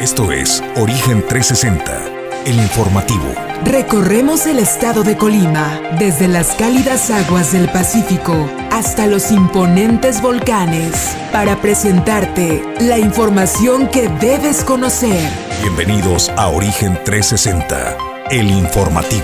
Esto es Origen 360, el informativo. Recorremos el estado de Colima, desde las cálidas aguas del Pacífico hasta los imponentes volcanes, para presentarte la información que debes conocer. Bienvenidos a Origen 360, el informativo.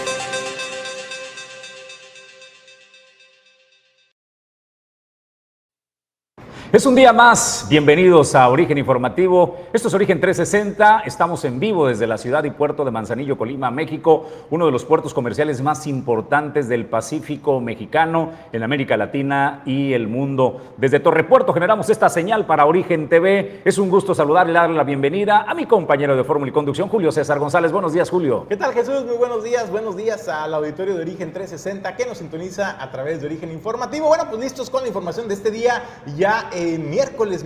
Es un día más, bienvenidos a Origen Informativo, esto es Origen 360, estamos en vivo desde la ciudad y puerto de Manzanillo, Colima, México, uno de los puertos comerciales más importantes del Pacífico mexicano, en América Latina y el mundo. Desde Torrepuerto generamos esta señal para Origen TV, es un gusto saludarle y darle la bienvenida a mi compañero de Fórmula y Conducción, Julio César González. Buenos días, Julio. ¿Qué tal, Jesús? Muy buenos días al auditorio de Origen 360 que nos sintoniza a través de Origen Informativo. Bueno, pues listos con la información de este día, ya miércoles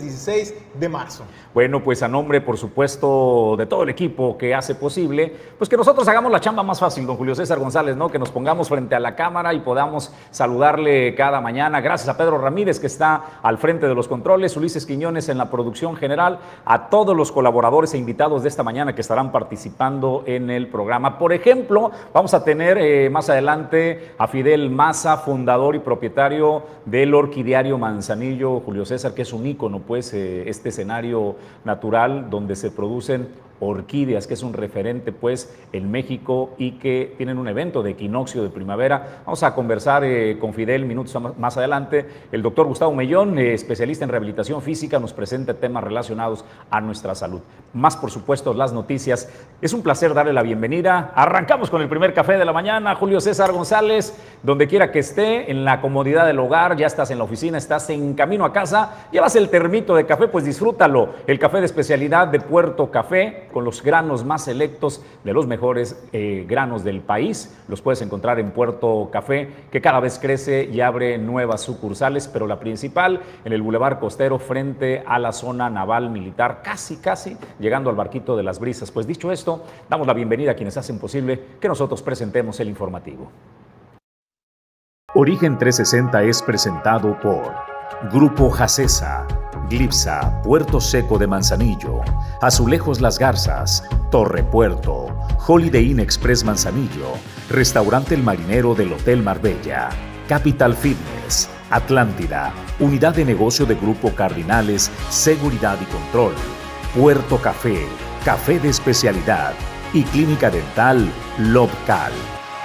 16 de marzo. Bueno, pues a nombre, por supuesto, de todo el equipo que hace posible, pues que nosotros hagamos la chamba más fácil, don Julio César González, ¿no? Que nos pongamos frente a la cámara y podamos saludarle cada mañana. Gracias a Pedro Ramírez, que está al frente de los controles, Ulises Quiñones en la producción general, a todos los colaboradores e invitados de esta mañana que estarán participando en el programa. Por ejemplo, vamos a tener más adelante a Fidel Maza, fundador y propietario del Orquidiario Manzanillo, Julio César, que es un ícono, pues, este escenario natural donde se producen orquídeas, que es un referente, pues, en México y que tienen un evento de equinoccio de primavera. Vamos a conversar con Fidel minutos más adelante. El doctor Gustavo Mellón, especialista en rehabilitación física, nos presenta temas relacionados a nuestra salud. Más, por supuesto, las noticias. Es un placer darle la bienvenida. Arrancamos con el primer café de la mañana. Julio César González, donde quiera que esté, en la comodidad del hogar, ya estás en la oficina, estás en camino a casa, llevas el termito de café, pues disfrútalo. El café de especialidad de Puerto Café, con los granos más selectos de los mejores granos del país. Los puedes encontrar en Puerto Café, que cada vez crece y abre nuevas sucursales, pero la principal en el Boulevard Costero, frente a la zona naval militar, casi llegando al Barquito de las Brisas. Pues dicho esto, damos la bienvenida a quienes hacen posible que nosotros presentemos el informativo. Origen 360 es presentado por Grupo Jacesa, Glipsa, Puerto Seco de Manzanillo, Azulejos Las Garzas, Torre Puerto, Holiday Inn Express Manzanillo, Restaurante El Marinero del Hotel Marbella, Capital Fitness, Atlántida, Unidad de Negocio de Grupo Cardinales, Seguridad y Control, Puerto Café, Café de Especialidad y Clínica Dental Lobcal.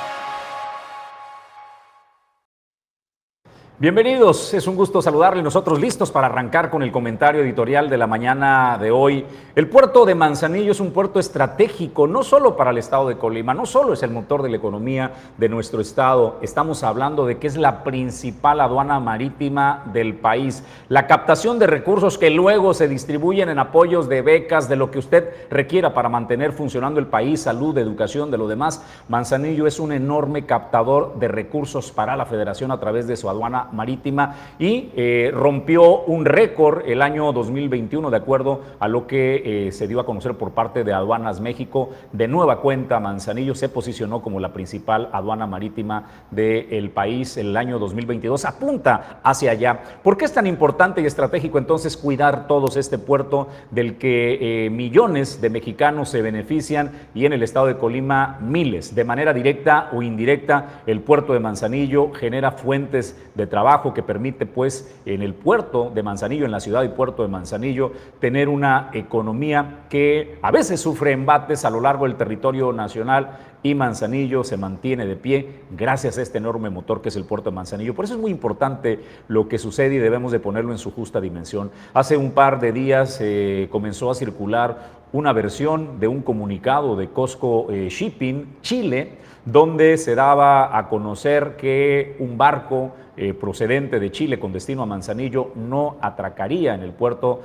Bienvenidos, es un gusto saludarle. Nosotros listos para arrancar con el comentario editorial de la mañana de hoy. El puerto de Manzanillo es un puerto estratégico, no solo para el estado de Colima, no solo es el motor de la economía de nuestro estado. Estamos hablando de que es la principal aduana marítima del país. La captación de recursos que luego se distribuyen en apoyos de becas, de lo que usted requiera para mantener funcionando el país, salud, educación, de lo demás. Manzanillo es un enorme captador de recursos para la federación a través de su aduana marítima y rompió un récord el año 2021, de acuerdo a lo que se dio a conocer por parte de Aduanas México. De nueva cuenta, Manzanillo se posicionó como la principal aduana marítima del país. El año 2022 apunta hacia allá. ¿Por qué es tan importante y estratégico entonces cuidar todos este puerto del que millones de mexicanos se benefician, y en el estado de Colima miles? De manera directa o indirecta, el puerto de Manzanillo genera fuentes de trabajo que permite, pues, en el puerto de Manzanillo, en la ciudad y puerto de Manzanillo, tener una economía que a veces sufre embates a lo largo del territorio nacional, y Manzanillo se mantiene de pie gracias a este enorme motor que es el puerto de Manzanillo. Por eso es muy importante lo que sucede y debemos de ponerlo en su justa dimensión. Hace un par de días comenzó a circular una versión de un comunicado de COSCO Shipping Chile, donde se daba a conocer que un barco procedente de Chile con destino a Manzanillo no atracaría en el puerto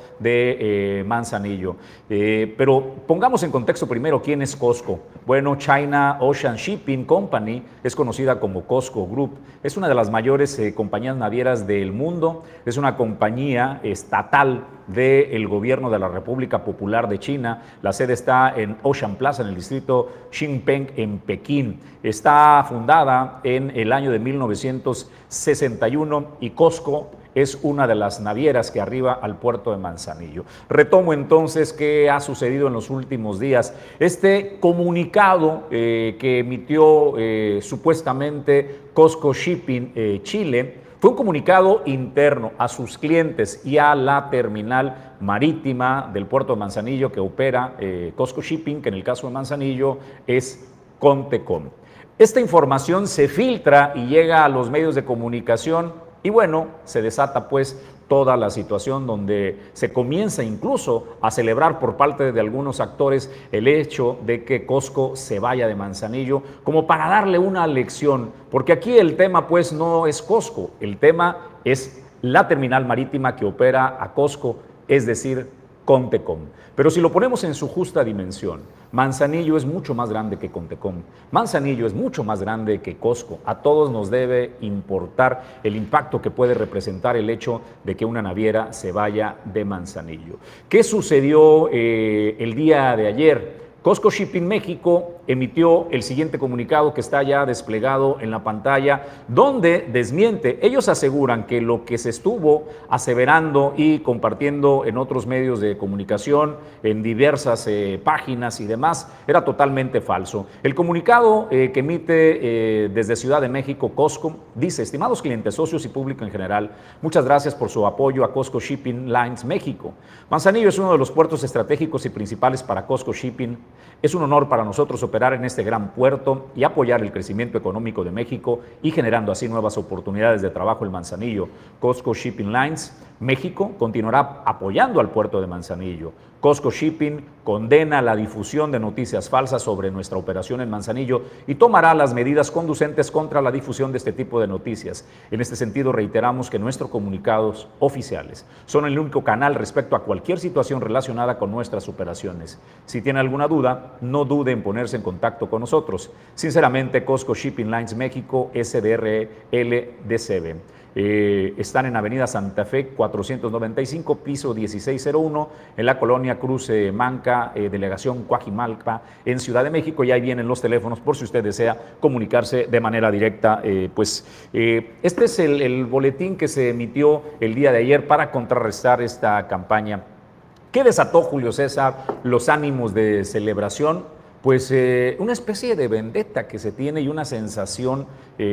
de Manzanillo. Pero pongamos en contexto primero quién es COSCO. Bueno, China Ocean Shipping Company es conocida como COSCO Group. Es una de las mayores compañías navieras del mundo. Es una compañía estatal del gobierno de la República Popular de China. La sede está en Ocean Plaza, en el distrito Xinpeng, en Pekín. Está fundada en el año de 1961 y COSCO es una de las navieras que arriba al puerto de Manzanillo. Retomo entonces qué ha sucedido en los últimos días. Este comunicado que emitió supuestamente COSCO Shipping Chile fue un comunicado interno a sus clientes y a la terminal marítima del puerto de Manzanillo que opera COSCO Shipping, que en el caso de Manzanillo es Contecom. Esta información se filtra y llega a los medios de comunicación y bueno, se desata pues toda la situación donde se comienza incluso a celebrar por parte de algunos actores el hecho de que COSCO se vaya de Manzanillo como para darle una lección, porque aquí el tema pues no es COSCO, el tema es la terminal marítima que opera a COSCO, es decir, Contecom. Pero si lo ponemos en su justa dimensión, Manzanillo es mucho más grande que Contecom. Manzanillo es mucho más grande que COSCO. A todos nos debe importar el impacto que puede representar el hecho de que una naviera se vaya de Manzanillo. ¿Qué sucedió el día de ayer? COSCO Shipping México emitió el siguiente comunicado que está ya desplegado en la pantalla, donde desmiente. Ellos aseguran que lo que se estuvo aseverando y compartiendo en otros medios de comunicación, en diversas páginas y demás, era totalmente falso. El comunicado que emite desde Ciudad de México COSCO dice: estimados clientes, socios y público en general, muchas gracias por su apoyo a COSCO Shipping Lines México. Manzanillo es uno de los puertos estratégicos y principales para COSCO Shipping. Es un honor para nosotros operar en este gran puerto y apoyar el crecimiento económico de México y generando así nuevas oportunidades de trabajo en Manzanillo. COSCO Shipping Lines México continuará apoyando al puerto de Manzanillo. COSCO Shipping condena la difusión de noticias falsas sobre nuestra operación en Manzanillo y tomará las medidas conducentes contra la difusión de este tipo de noticias. En este sentido, reiteramos que nuestros comunicados oficiales son el único canal respecto a cualquier situación relacionada con nuestras operaciones. Si tiene alguna duda, no dude en ponerse en contacto con nosotros. Sinceramente, COSCO Shipping Lines México, SDRL DCB. Están en Avenida Santa Fe 495, piso 1601, en la colonia Cruz Manca, delegación Coajimalpa, en Ciudad de México, y ahí vienen los teléfonos por si usted desea comunicarse de manera directa. Este es el boletín que se emitió el día de ayer para contrarrestar esta campaña. ¿Qué desató, Julio César, los ánimos de celebración? Pues una especie de vendetta que se tiene y una sensación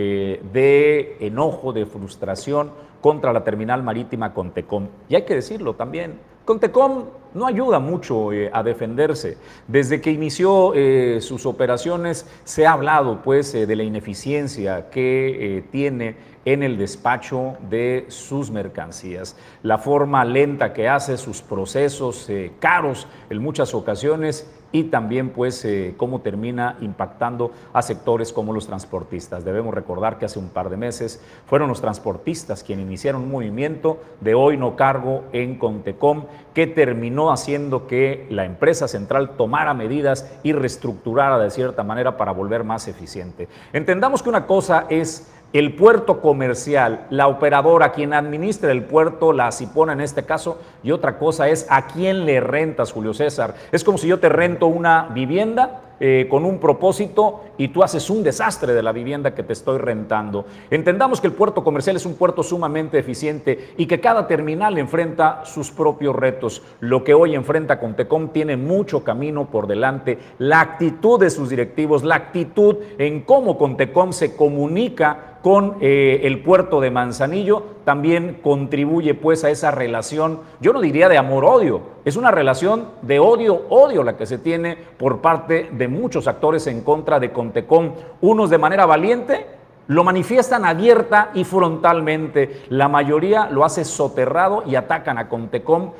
de enojo, de frustración contra la terminal marítima Contecom. Y hay que decirlo también, Contecom no ayuda mucho a defenderse. Desde que inició sus operaciones se ha hablado pues de la ineficiencia que tiene en el despacho de sus mercancías, la forma lenta que hace sus procesos caros en muchas ocasiones y también pues cómo termina impactando a sectores como los transportistas. Debemos recordar que hace un par de meses fueron los transportistas quienes iniciaron un movimiento de hoy no cargo en Contecom que terminó haciendo que la empresa central tomara medidas y reestructurara de cierta manera para volver más eficiente. Entendamos que una cosa es el puerto comercial, la operadora, quien administra el puerto, la Cipona en este caso, y otra cosa es a quién le rentas, Julio César. Es como si yo te rento una vivienda con un propósito y tú haces un desastre de la vivienda que te estoy rentando. Entendamos que el puerto comercial es un puerto sumamente eficiente y que cada terminal enfrenta sus propios retos. Lo que hoy enfrenta Contecom tiene mucho camino por delante. La actitud de sus directivos, la actitud en cómo Contecom se comunica con el puerto de Manzanillo también contribuye pues a esa relación, yo no diría de amor-odio, es una relación de odio-odio la que se tiene por parte de muchos actores en contra de Contecom, unos de manera valiente, lo manifiestan abierta y frontalmente, la mayoría lo hace soterrado y atacan a Contecom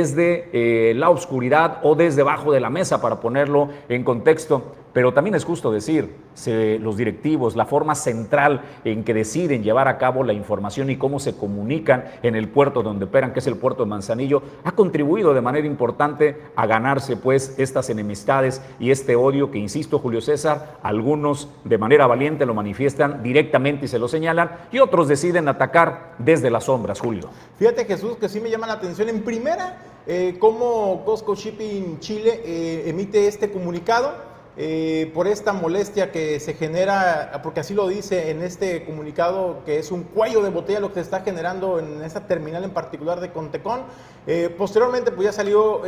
desde la oscuridad o desde debajo de la mesa para ponerlo en contexto. Pero también es justo decir, los directivos, la forma central en que deciden llevar a cabo la información y cómo se comunican en el puerto donde operan, que es el puerto de Manzanillo, ha contribuido de manera importante a ganarse pues estas enemistades y este odio que, insisto, Julio César, algunos de manera valiente lo manifiestan directamente y se lo señalan y otros deciden atacar desde las sombras, Julio. Fíjate, Jesús, que sí me llama la atención en primera cómo COSCO Shipping Chile emite este comunicado. por esta molestia que se genera, porque así lo dice en este comunicado, que es un cuello de botella lo que se está generando en esta terminal en particular de Contecón. Posteriormente pues ya salió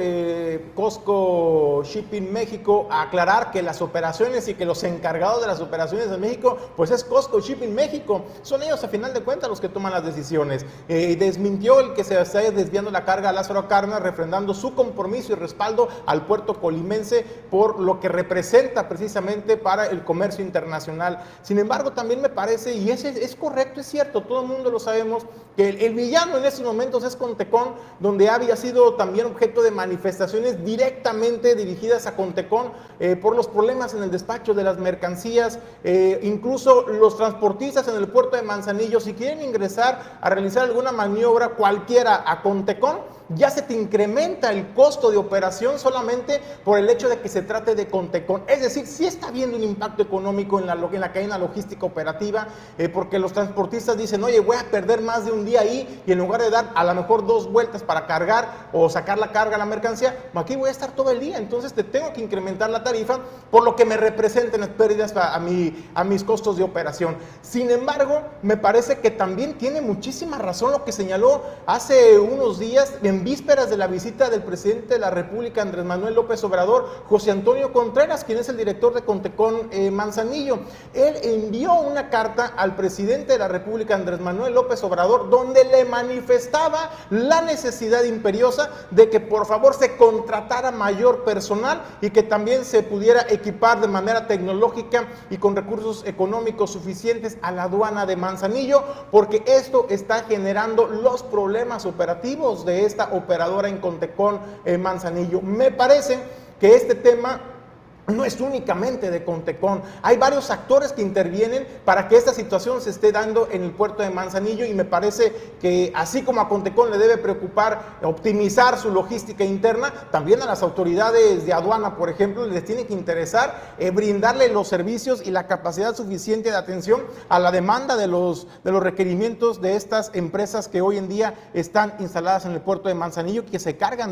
Costco Shipping México a aclarar que las operaciones y que los encargados de las operaciones en México pues es Costco Shipping México, son ellos a final de cuentas los que toman las decisiones. Desmintió el que se está desviando la carga a Lázaro Cárdenas, refrendando su compromiso y respaldo al puerto colimense por lo que representa precisamente para el comercio internacional. Sin embargo, también me parece, y es correcto, es cierto, todo el mundo lo sabemos, que el villano en estos momentos es Contecón, donde había sido también objeto de manifestaciones directamente dirigidas a Contecón por los problemas en el despacho de las mercancías. Incluso los transportistas en el puerto de Manzanillo, si quieren ingresar a realizar alguna maniobra cualquiera a Contecón, ya se te incrementa el costo de operación solamente por el hecho de que se trate de Contecón. Es decir, sí está habiendo un impacto económico en la cadena logística operativa, porque los transportistas dicen, oye, voy a perder más de un día ahí, y en lugar de dar a lo mejor 2 vueltas para cargar o sacar la carga a la mercancía, aquí voy a estar todo el día, entonces te tengo que incrementar la tarifa por lo que me representen las pérdidas a mis costos de operación. Sin embargo, me parece que también tiene muchísima razón lo que señaló hace unos días, en vísperas de la visita del presidente de la República, Andrés Manuel López Obrador, José Antonio Contreras, quien es el director de Contecón Manzanillo. Él envió una carta al presidente de la República, Andrés Manuel López Obrador, donde le manifestaba la necesidad imperiosa de que por favor se contratara mayor personal y que también se pudiera equipar de manera tecnológica y con recursos económicos suficientes a la aduana de Manzanillo, porque esto está generando los problemas operativos de esta operadora en Contecón Manzanillo. Me parece que este tema no es únicamente de Contecón, hay varios actores que intervienen para que esta situación se esté dando en el puerto de Manzanillo, y me parece que así como a Contecón le debe preocupar optimizar su logística interna, también a las autoridades de aduana, por ejemplo, les tiene que interesar brindarle los servicios y la capacidad suficiente de atención a la demanda de los requerimientos de estas empresas que hoy en día están instaladas en el puerto de Manzanillo, que se encargan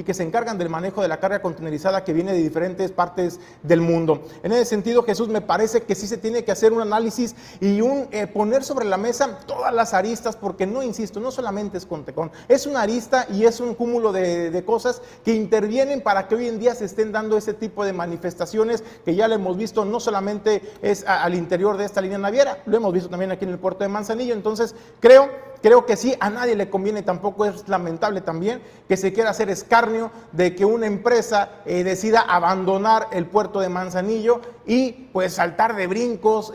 del manejo de la carga contenerizada que viene de diferentes partes del mundo. En ese sentido, Jesús, me parece que sí se tiene que hacer un análisis y poner sobre la mesa todas las aristas, porque no, insisto, no solamente es Contecón, es una arista y es un cúmulo de cosas que intervienen para que hoy en día se estén dando ese tipo de manifestaciones que ya lo hemos visto, no solamente es al interior de esta línea naviera, lo hemos visto también aquí en el puerto de Manzanillo. Entonces creo que sí, a nadie le conviene, tampoco es lamentable también que se quiera hacer escarnio de que una empresa decida abandonar el puerto de Manzanillo y pues saltar de brincos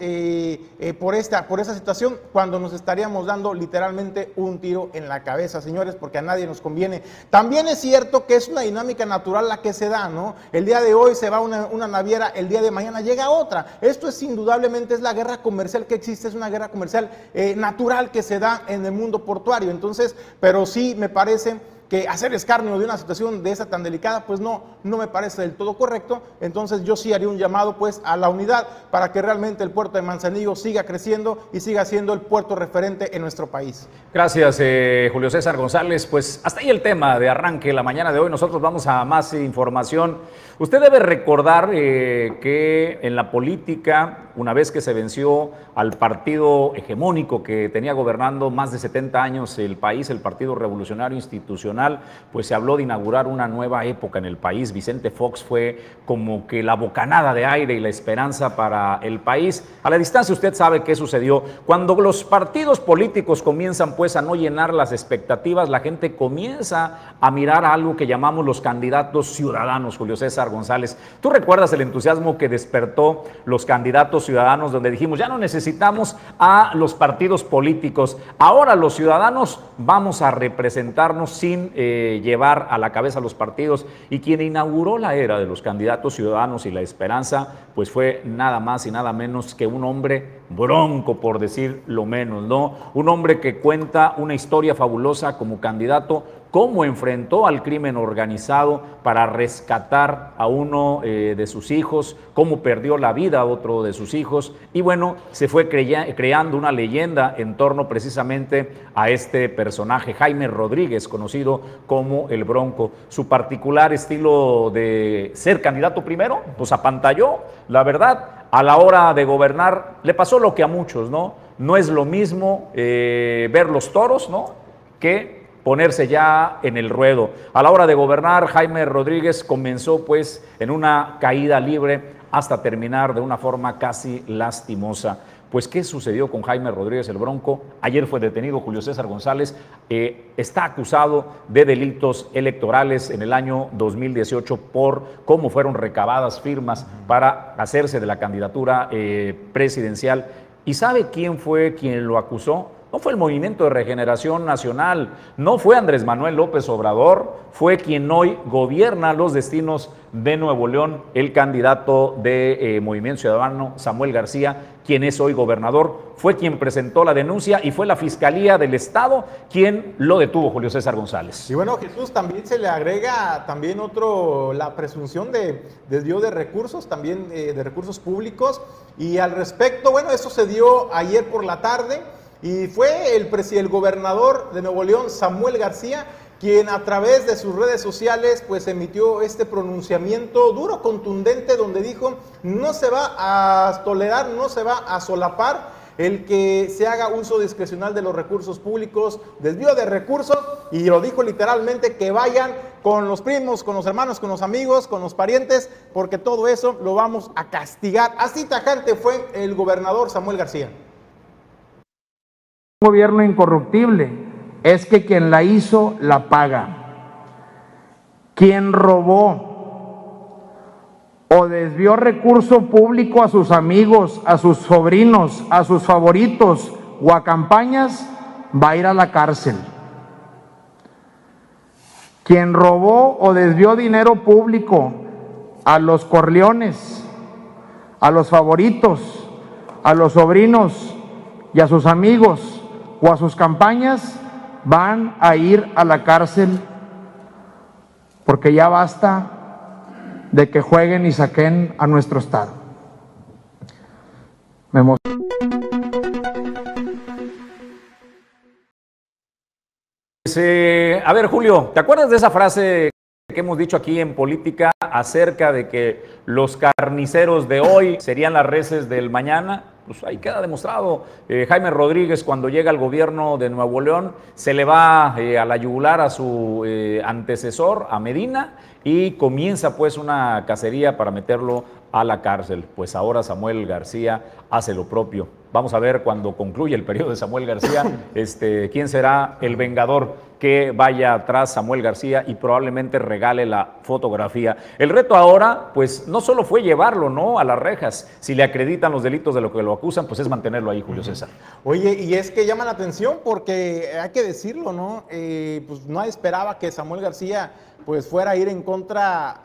por esta situación, cuando nos estaríamos dando literalmente un tiro en la cabeza, señores, porque a nadie nos conviene. También es cierto que es una dinámica natural la que se da, ¿no? El día de hoy se va una naviera, el día de mañana llega otra. Esto es indudablemente, es la guerra comercial que existe, es una guerra comercial natural que se da en el mundo portuario. Entonces, pero sí me parece que hacer escarnio de una situación de esa tan delicada, pues no me parece del todo correcto. Entonces yo sí haría un llamado pues a la unidad para que realmente el puerto de Manzanillo siga creciendo y siga siendo el puerto referente en nuestro país. Gracias, Julio César González. Pues hasta ahí el tema de arranque la mañana de hoy. Nosotros vamos a más información. Usted debe recordar que en la política, una vez que se venció al partido hegemónico que tenía gobernando más de 70 años el país, el Partido Revolucionario Institucional, pues se habló de inaugurar una nueva época en el país. Vicente Fox fue como que la bocanada de aire y la esperanza para el país. A la distancia usted sabe qué sucedió. Cuando los partidos políticos comienzan pues a no llenar las expectativas, la gente comienza a mirar a algo que llamamos los candidatos ciudadanos, Julio César González. ¿Tú recuerdas el entusiasmo que despertó los candidatos ciudadanos, donde dijimos, ya no necesitamos a los partidos políticos, ahora los ciudadanos vamos a representarnos sin llevar a la cabeza a los partidos? Y quien inauguró la era de los candidatos ciudadanos y la esperanza, pues fue nada más y nada menos que un hombre bronco, por decir lo menos, ¿no? Un hombre que cuenta una historia fabulosa como candidato cómo enfrentó al crimen organizado para rescatar a uno de sus hijos, cómo perdió la vida a otro de sus hijos, y bueno, se fue creando una leyenda en torno precisamente a este personaje, Jaime Rodríguez, conocido como el Bronco. Su particular estilo de ser candidato primero, pues apantalló, la verdad, a la hora de gobernar le pasó lo que a muchos, ¿no? No es lo mismo ver los toros, ¿no?, que ponerse ya en el ruedo. A la hora de gobernar, Jaime Rodríguez comenzó pues en una caída libre hasta terminar de una forma casi lastimosa. Pues, ¿qué sucedió con Jaime Rodríguez el Bronco? Ayer fue detenido Julio César González, está acusado de delitos electorales en el año 2018 por cómo fueron recabadas firmas para hacerse de la candidatura presidencial. ¿Y sabe quién fue quien lo acusó? No fue el Movimiento de Regeneración Nacional, no fue Andrés Manuel López Obrador, fue quien hoy gobierna los destinos de Nuevo León, el candidato de Movimiento Ciudadano, Samuel García, quien es hoy gobernador, fue quien presentó la denuncia y fue la Fiscalía del Estado quien lo detuvo, Julio César González. Y bueno, Jesús, también se le agrega también la presunción de desvío de recursos, también de recursos públicos, y al respecto, bueno, eso se dio ayer por la tarde. Y fue el gobernador de Nuevo León, Samuel García, quien a través de sus redes sociales pues emitió este pronunciamiento duro, contundente, donde dijo: no se va a tolerar, no se va a solapar el que se haga uso discrecional de los recursos públicos, desvío de recursos, y lo dijo literalmente, que vayan con los primos, con los hermanos, con los amigos, con los parientes, porque todo eso lo vamos a castigar. Así tajante fue el gobernador Samuel García. Gobierno incorruptible es que quien la hizo la paga. Quien robó o desvió recurso público a sus amigos, a sus sobrinos, a sus favoritos o a campañas, va a ir a la cárcel. Quien robó o desvió dinero público a los Corleones, a los favoritos, a los sobrinos y a sus amigos o a sus campañas, van a ir a la cárcel, porque ya basta de que jueguen y saquen a nuestro Estado. Me emociona. A ver, Julio, ¿te acuerdas de esa frase que hemos dicho aquí en política acerca de que los carniceros de hoy serían las reses del mañana? Pues ahí queda demostrado. Jaime Rodríguez, cuando llega al gobierno de Nuevo León, se le va a la yugular a su antecesor, a Medina, y comienza pues una cacería para meterlo a la cárcel. Pues ahora Samuel García hace lo propio. Vamos a ver cuando concluya el periodo de Samuel García, quién será el vengador que vaya tras Samuel García y probablemente regale la fotografía. El reto ahora, pues no solo fue llevarlo, ¿no?, a las rejas. Si le acreditan los delitos de lo que lo acusan, pues es mantenerlo ahí, Julio César. Oye, y es que llama la atención porque hay que decirlo, ¿no? Pues no esperaba que Samuel García pues fuera a ir en contra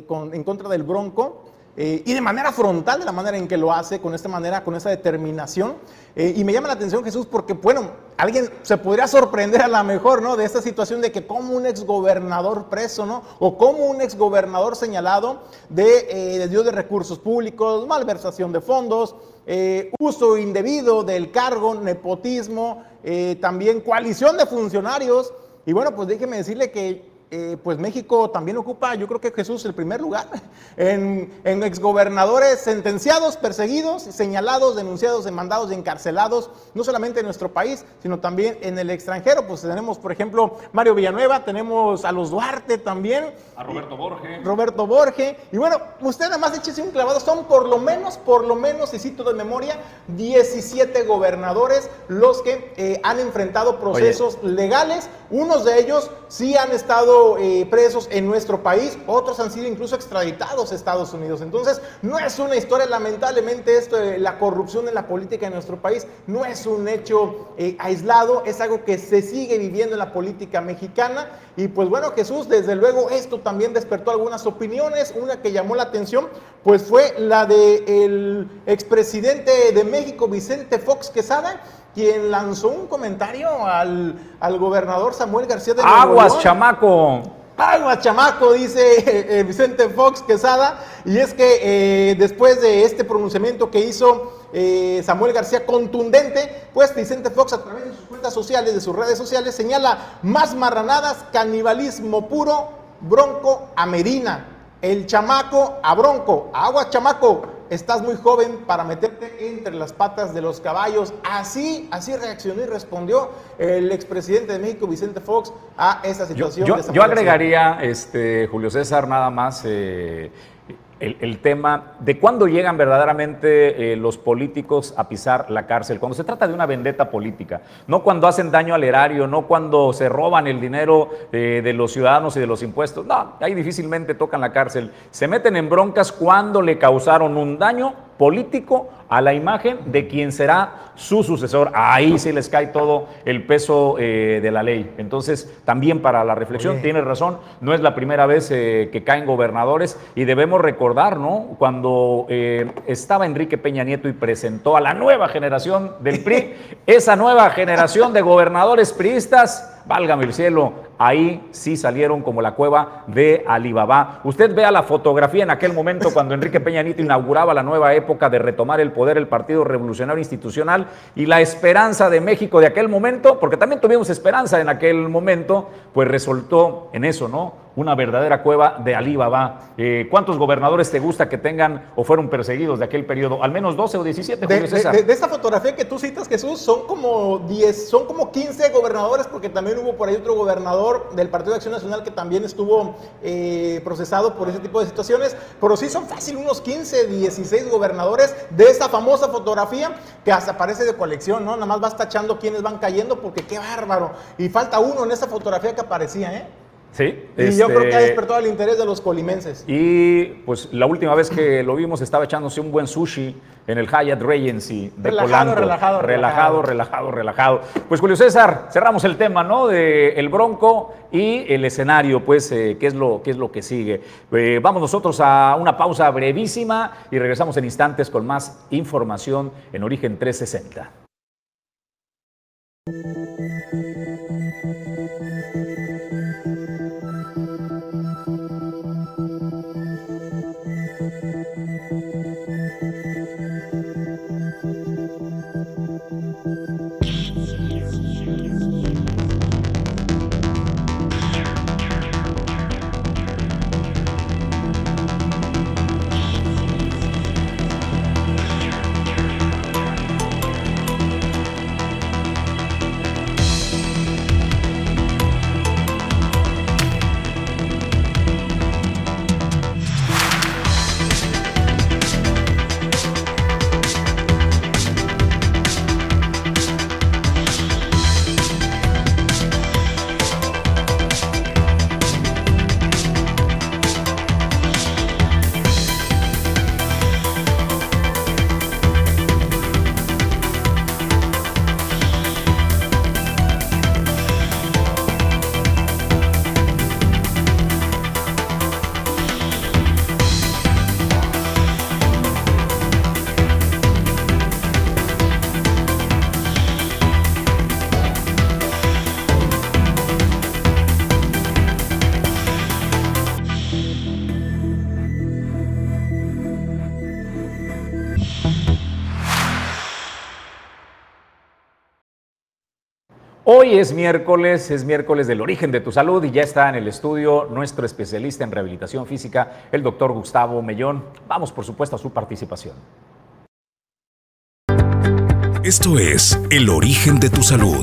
del Bronco. Y de manera frontal, de la manera en que lo hace, con esta manera, con esa determinación. Y me llama la atención, Jesús, porque, bueno, alguien se podría sorprender a lo mejor, ¿no?, de esta situación de que como un exgobernador preso, ¿no?, o como un exgobernador señalado de desvío de recursos públicos, malversación de fondos, uso indebido del cargo, nepotismo, también coalición de funcionarios. Y bueno, pues déjeme decirle que pues México también ocupa, yo creo que Jesús, el primer lugar en exgobernadores sentenciados, perseguidos, señalados, denunciados, demandados y encarcelados, no solamente en nuestro país, sino también en el extranjero. Pues tenemos, por ejemplo, Mario Villanueva, tenemos a los Duarte también. A Roberto Borge. Y bueno, usted además échese un clavado, son por lo menos, y cito de memoria, 17 gobernadores los que han enfrentado procesos legales. Unos de ellos sí han estado presos en nuestro país, otros han sido incluso extraditados a Estados Unidos. Entonces, no es una historia, lamentablemente, esto de la corrupción en la política de nuestro país, no es un hecho aislado, es algo que se sigue viviendo en la política mexicana. Y pues bueno, Jesús, desde luego esto también despertó algunas opiniones. Una que llamó la atención, pues fue la del expresidente de México, Vicente Fox Quesada, quien lanzó un comentario al gobernador Samuel García de Nuevo Aguas, León. chamaco. Aguas, chamaco, dice Vicente Fox Quesada, y es que después de este pronunciamiento que hizo Samuel García contundente, pues Vicente Fox a través de sus cuentas sociales, de sus redes sociales, señala más marranadas, canibalismo puro, Bronco a Medina, el chamaco a Bronco, aguas, chamaco, estás muy joven para meterte entre las patas de los caballos. Así reaccionó y respondió el expresidente de México, Vicente Fox, a esa situación. Yo agregaría, Julio César, nada más el tema de cuándo llegan verdaderamente los políticos a pisar la cárcel, cuando se trata de una vendetta política, no cuando hacen daño al erario, no cuando se roban el dinero de los ciudadanos y de los impuestos, no, ahí difícilmente tocan la cárcel, se meten en broncas cuando le causaron un daño político a la imagen de quien será su sucesor. Ahí sí les cae todo el peso de la ley. Entonces, también para la reflexión, tienes razón, no es la primera vez que caen gobernadores y debemos recordar, ¿no? Cuando estaba Enrique Peña Nieto y presentó a la nueva generación del PRI, esa nueva generación de gobernadores priistas, válgame el cielo, ahí sí salieron como la cueva de Alibaba. Usted vea la fotografía en aquel momento cuando Enrique Peña Nieto inauguraba la nueva época de retomar el poder, el Partido Revolucionario Institucional, y la esperanza de México de aquel momento, porque también tuvimos esperanza en aquel momento, pues resultó en eso, ¿no? Una verdadera cueva de Alibaba. ¿Cuántos gobernadores te gusta que tengan o fueron perseguidos de aquel periodo? Al menos 12 o 17, Julio César. De esta fotografía que tú citas, Jesús, son como 15 gobernadores, porque también hubo por ahí otro gobernador del Partido de Acción Nacional que también estuvo procesado por ese tipo de situaciones, pero sí son fácil unos 15, 16 gobernadores de esa famosa fotografía que hasta parece de colección, ¿no? Nada más vas tachando quiénes van cayendo, porque qué bárbaro. Y falta uno en esa fotografía que aparecía, ¿eh? Sí. Y yo creo que ha despertado el interés de los colimenses. Y pues la última vez que lo vimos estaba echándose un buen sushi en el Hyatt Regency de Polanco. Relajado. Pues Julio César, cerramos el tema, ¿no? De el Bronco y el escenario, pues, ¿qué es lo que sigue? Vamos nosotros a una pausa brevísima y regresamos en instantes con más información en Origen 360. Hoy es miércoles del Origen de tu Salud y ya está en el estudio nuestro especialista en rehabilitación física, el doctor Gustavo Mellón. Vamos, por supuesto, a su participación. Esto es El Origen de tu Salud.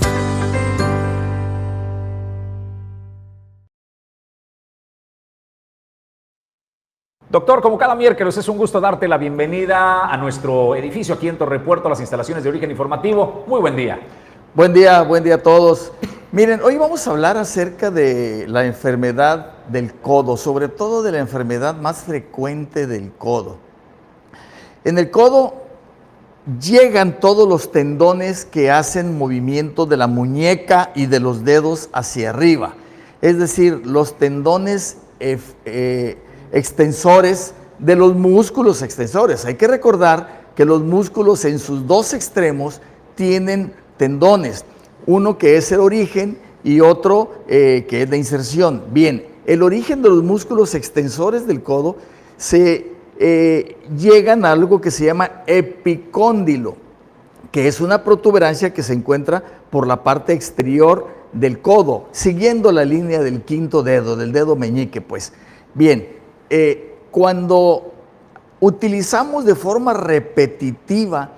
Doctor, como cada miércoles es un gusto darte la bienvenida a nuestro edificio aquí en Torre Puerto, a las instalaciones de Origen Informativo. Muy buen día. Buen día a todos. Miren, hoy vamos a hablar acerca de la enfermedad del codo, sobre todo de la enfermedad más frecuente del codo. En el codo llegan todos los tendones que hacen movimiento de la muñeca y de los dedos hacia arriba, es decir, los tendones extensores de los músculos extensores. Hay que recordar que los músculos en sus dos extremos tienen tendones, uno que es el origen y otro que es la inserción. Bien, el origen de los músculos extensores del codo se llegan a algo que se llama epicóndilo, que es una protuberancia que se encuentra por la parte exterior del codo, siguiendo la línea del quinto dedo, del dedo meñique, pues. Bien, cuando utilizamos de forma repetitiva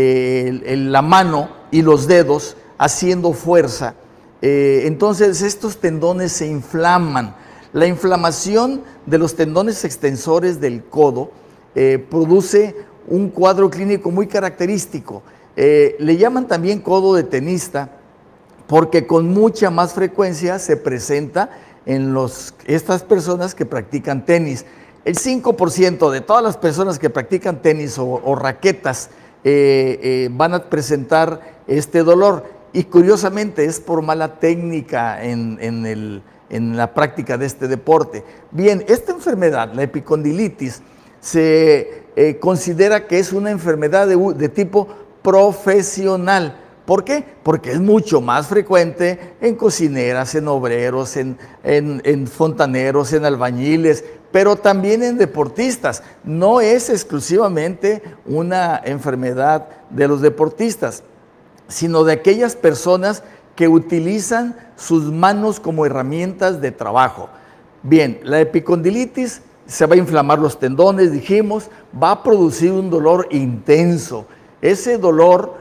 la mano y los dedos haciendo fuerza, entonces estos tendones se inflaman. La inflamación de los tendones extensores del codo produce un cuadro clínico muy característico. Le llaman también codo de tenista porque con mucha más frecuencia se presenta en estas personas que practican tenis. El 5% de todas las personas que practican tenis o raquetas van a presentar este dolor, y curiosamente es por mala técnica en la práctica de este deporte. Bien, esta enfermedad, la epicondilitis, se considera que es una enfermedad de tipo profesional. ¿Por qué? Porque es mucho más frecuente en cocineras, en obreros, en fontaneros, en albañiles, pero también en deportistas. No es exclusivamente una enfermedad de los deportistas, sino de aquellas personas que utilizan sus manos como herramientas de trabajo. Bien, la epicondilitis se va a inflamar los tendones, dijimos, va a producir un dolor intenso. Ese dolor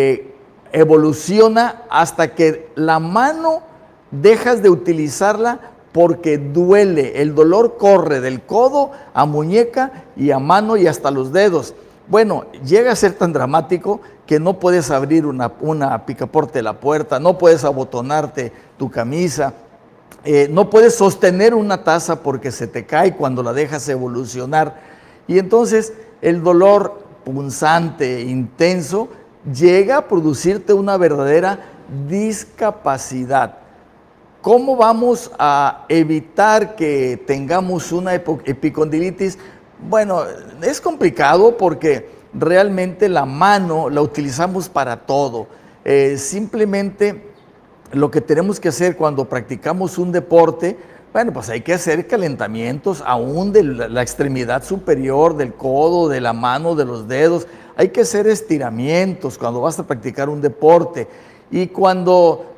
evoluciona hasta que la mano dejas de utilizarla porque duele. El dolor corre del codo a muñeca y a mano y hasta los dedos. Bueno, llega a ser tan dramático que no puedes abrir una picaporte de la puerta, no puedes abotonarte tu camisa, no puedes sostener una taza porque se te cae cuando la dejas evolucionar. Y entonces el dolor punzante, intenso, llega a producirte una verdadera discapacidad. ¿Cómo vamos a evitar que tengamos una epicondilitis? Bueno, es complicado porque realmente la mano la utilizamos para todo. Simplemente lo que tenemos que hacer cuando practicamos un deporte, bueno, pues hay que hacer calentamientos aún de la extremidad superior, del codo, de la mano, de los dedos. Hay que hacer estiramientos cuando vas a practicar un deporte. Y cuando,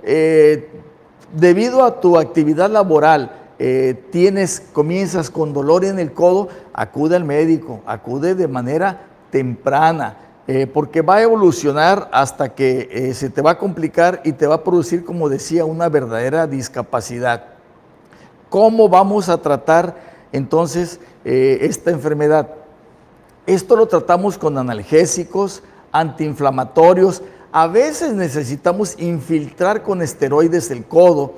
debido a tu actividad laboral, comienzas con dolor en el codo, acude al médico, acude de manera temprana, porque va a evolucionar hasta que se te va a complicar y te va a producir, como decía, una verdadera discapacidad. ¿Cómo vamos a tratar entonces esta enfermedad? Esto lo tratamos con analgésicos, antiinflamatorios. A veces necesitamos infiltrar con esteroides el codo,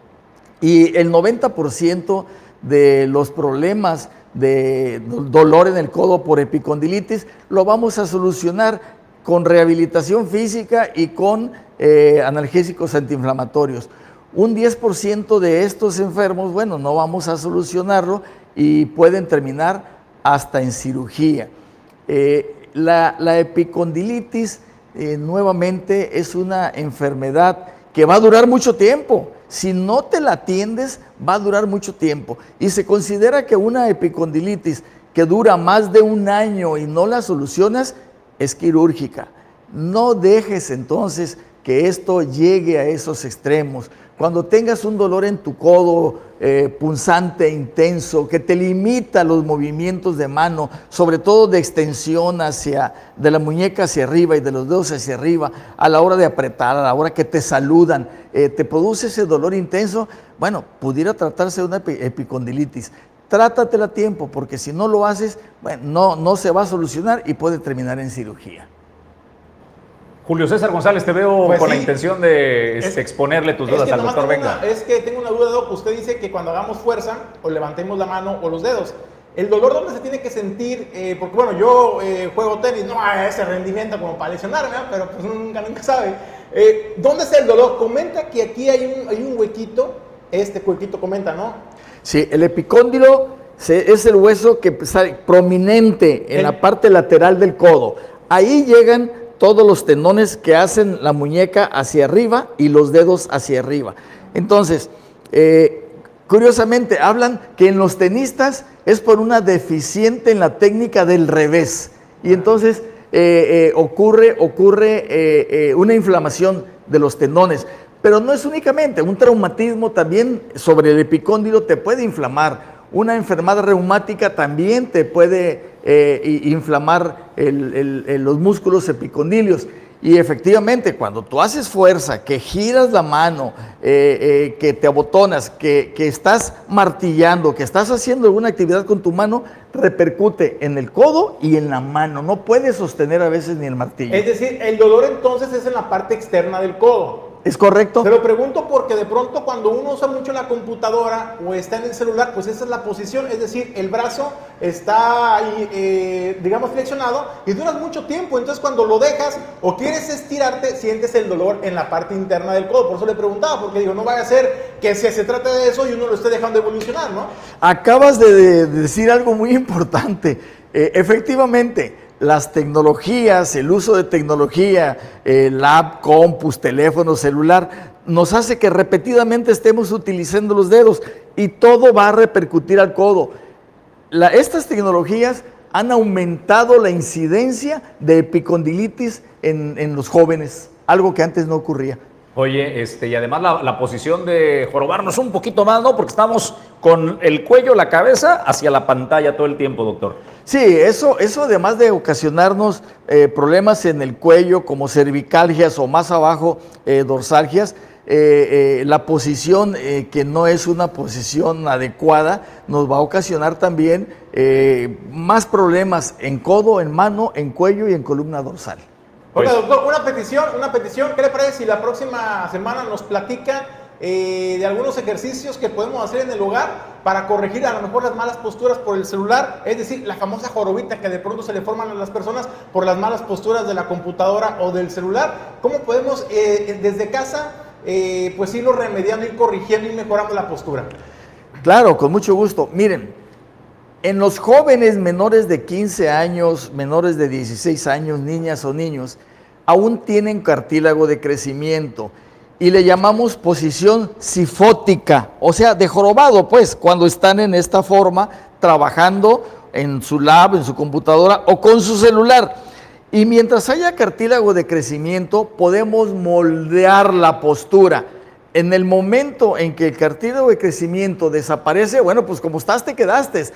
y el 90% de los problemas de dolor en el codo por epicondilitis lo vamos a solucionar con rehabilitación física y con analgésicos antiinflamatorios. Un 10% de estos enfermos, bueno, no vamos a solucionarlo y pueden terminar hasta en cirugía. La epicondilitis nuevamente es una enfermedad que va a durar mucho tiempo. Si no te la atiendes, va a durar mucho tiempo. Y se considera que una epicondilitis que dura más de un año y no la solucionas, es quirúrgica. No dejes entonces que esto llegue a esos extremos. Cuando tengas un dolor en tu codo punzante, intenso, que te limita los movimientos de mano, sobre todo de extensión de la muñeca hacia arriba y de los dedos hacia arriba, a la hora de apretar, a la hora que te saludan, te produce ese dolor intenso, bueno, pudiera tratarse de una epicondilitis. Trátatela a tiempo, porque si no lo haces, bueno, no se va a solucionar y puede terminar en cirugía. Julio César González, te veo pues con sí, la intención de exponerle tus dudas al doctor Venga. Es que tengo una duda, Doc. Usted dice que cuando hagamos fuerza, o levantemos la mano o los dedos, ¿el dolor dónde se tiene que sentir? Porque bueno, yo juego tenis, no a ese rendimiento como para lesionarme, ¿no? Pero pues nunca sabe. ¿Dónde está el dolor? Comenta que aquí hay un huequito, este huequito comenta, ¿no? Sí, el epicóndilo es el hueso que sale prominente en la parte lateral del codo. Ahí llegan todos los tendones que hacen la muñeca hacia arriba y los dedos hacia arriba. Entonces, curiosamente, hablan que en los tenistas es por una deficiente en la técnica del revés. Y entonces ocurre una inflamación de los tendones. Pero no es únicamente, un traumatismo también sobre el epicóndilo te puede inflamar. Una enfermedad reumática también te puede inflamar los músculos epicondilios. Y efectivamente, cuando tú haces fuerza, que giras la mano, que te abotonas, que estás martillando, que estás haciendo alguna actividad con tu mano, repercute en el codo y en la mano. No puedes sostener a veces ni el martillo. Es decir, el dolor entonces es en la parte externa del codo. ¿Es correcto? Te lo pregunto porque de pronto cuando uno usa mucho la computadora o está en el celular, pues esa es la posición, es decir, el brazo está ahí, digamos, flexionado y duras mucho tiempo. Entonces cuando lo dejas o quieres estirarte, sientes el dolor en la parte interna del codo. Por eso le preguntaba, porque digo, no vaya a ser que si se trata de eso y uno lo esté dejando evolucionar, ¿no? Acabas de decir algo muy importante. Efectivamente, las tecnologías, el uso de tecnología, lap, compus, teléfono, celular, nos hace que repetidamente estemos utilizando los dedos y todo va a repercutir al codo. Estas tecnologías han aumentado la incidencia de epicondilitis en los jóvenes, algo que antes no ocurría. Oye, y además la posición de jorobarnos un poquito más, ¿no? Porque estamos con el cuello, la cabeza hacia la pantalla todo el tiempo, doctor. Sí, eso además de ocasionarnos problemas en el cuello como cervicalgias o más abajo dorsalgias, la posición que no es una posición adecuada nos va a ocasionar también más problemas en codo, en mano, en cuello y en columna dorsal. Oiga, doctor, una petición, ¿qué le parece si la próxima semana nos platica de algunos ejercicios que podemos hacer en el hogar para corregir a lo mejor las malas posturas por el celular? Es decir, la famosa jorobita que de pronto se le forman a las personas por las malas posturas de la computadora o del celular. ¿Cómo podemos desde casa pues irlo remediando, ir corrigiendo y mejorando la postura? Claro, con mucho gusto. Miren, en los jóvenes menores de 15 años, menores de 16 años, niñas o niños, aún tienen cartílago de crecimiento y le llamamos posición sifótica, o sea, de jorobado, pues, cuando están en esta forma, trabajando en su lab, en su computadora o con su celular. Y mientras haya cartílago de crecimiento, podemos moldear la postura. En el momento en que el cartílago de crecimiento desaparece, bueno, pues como estás, te quedaste.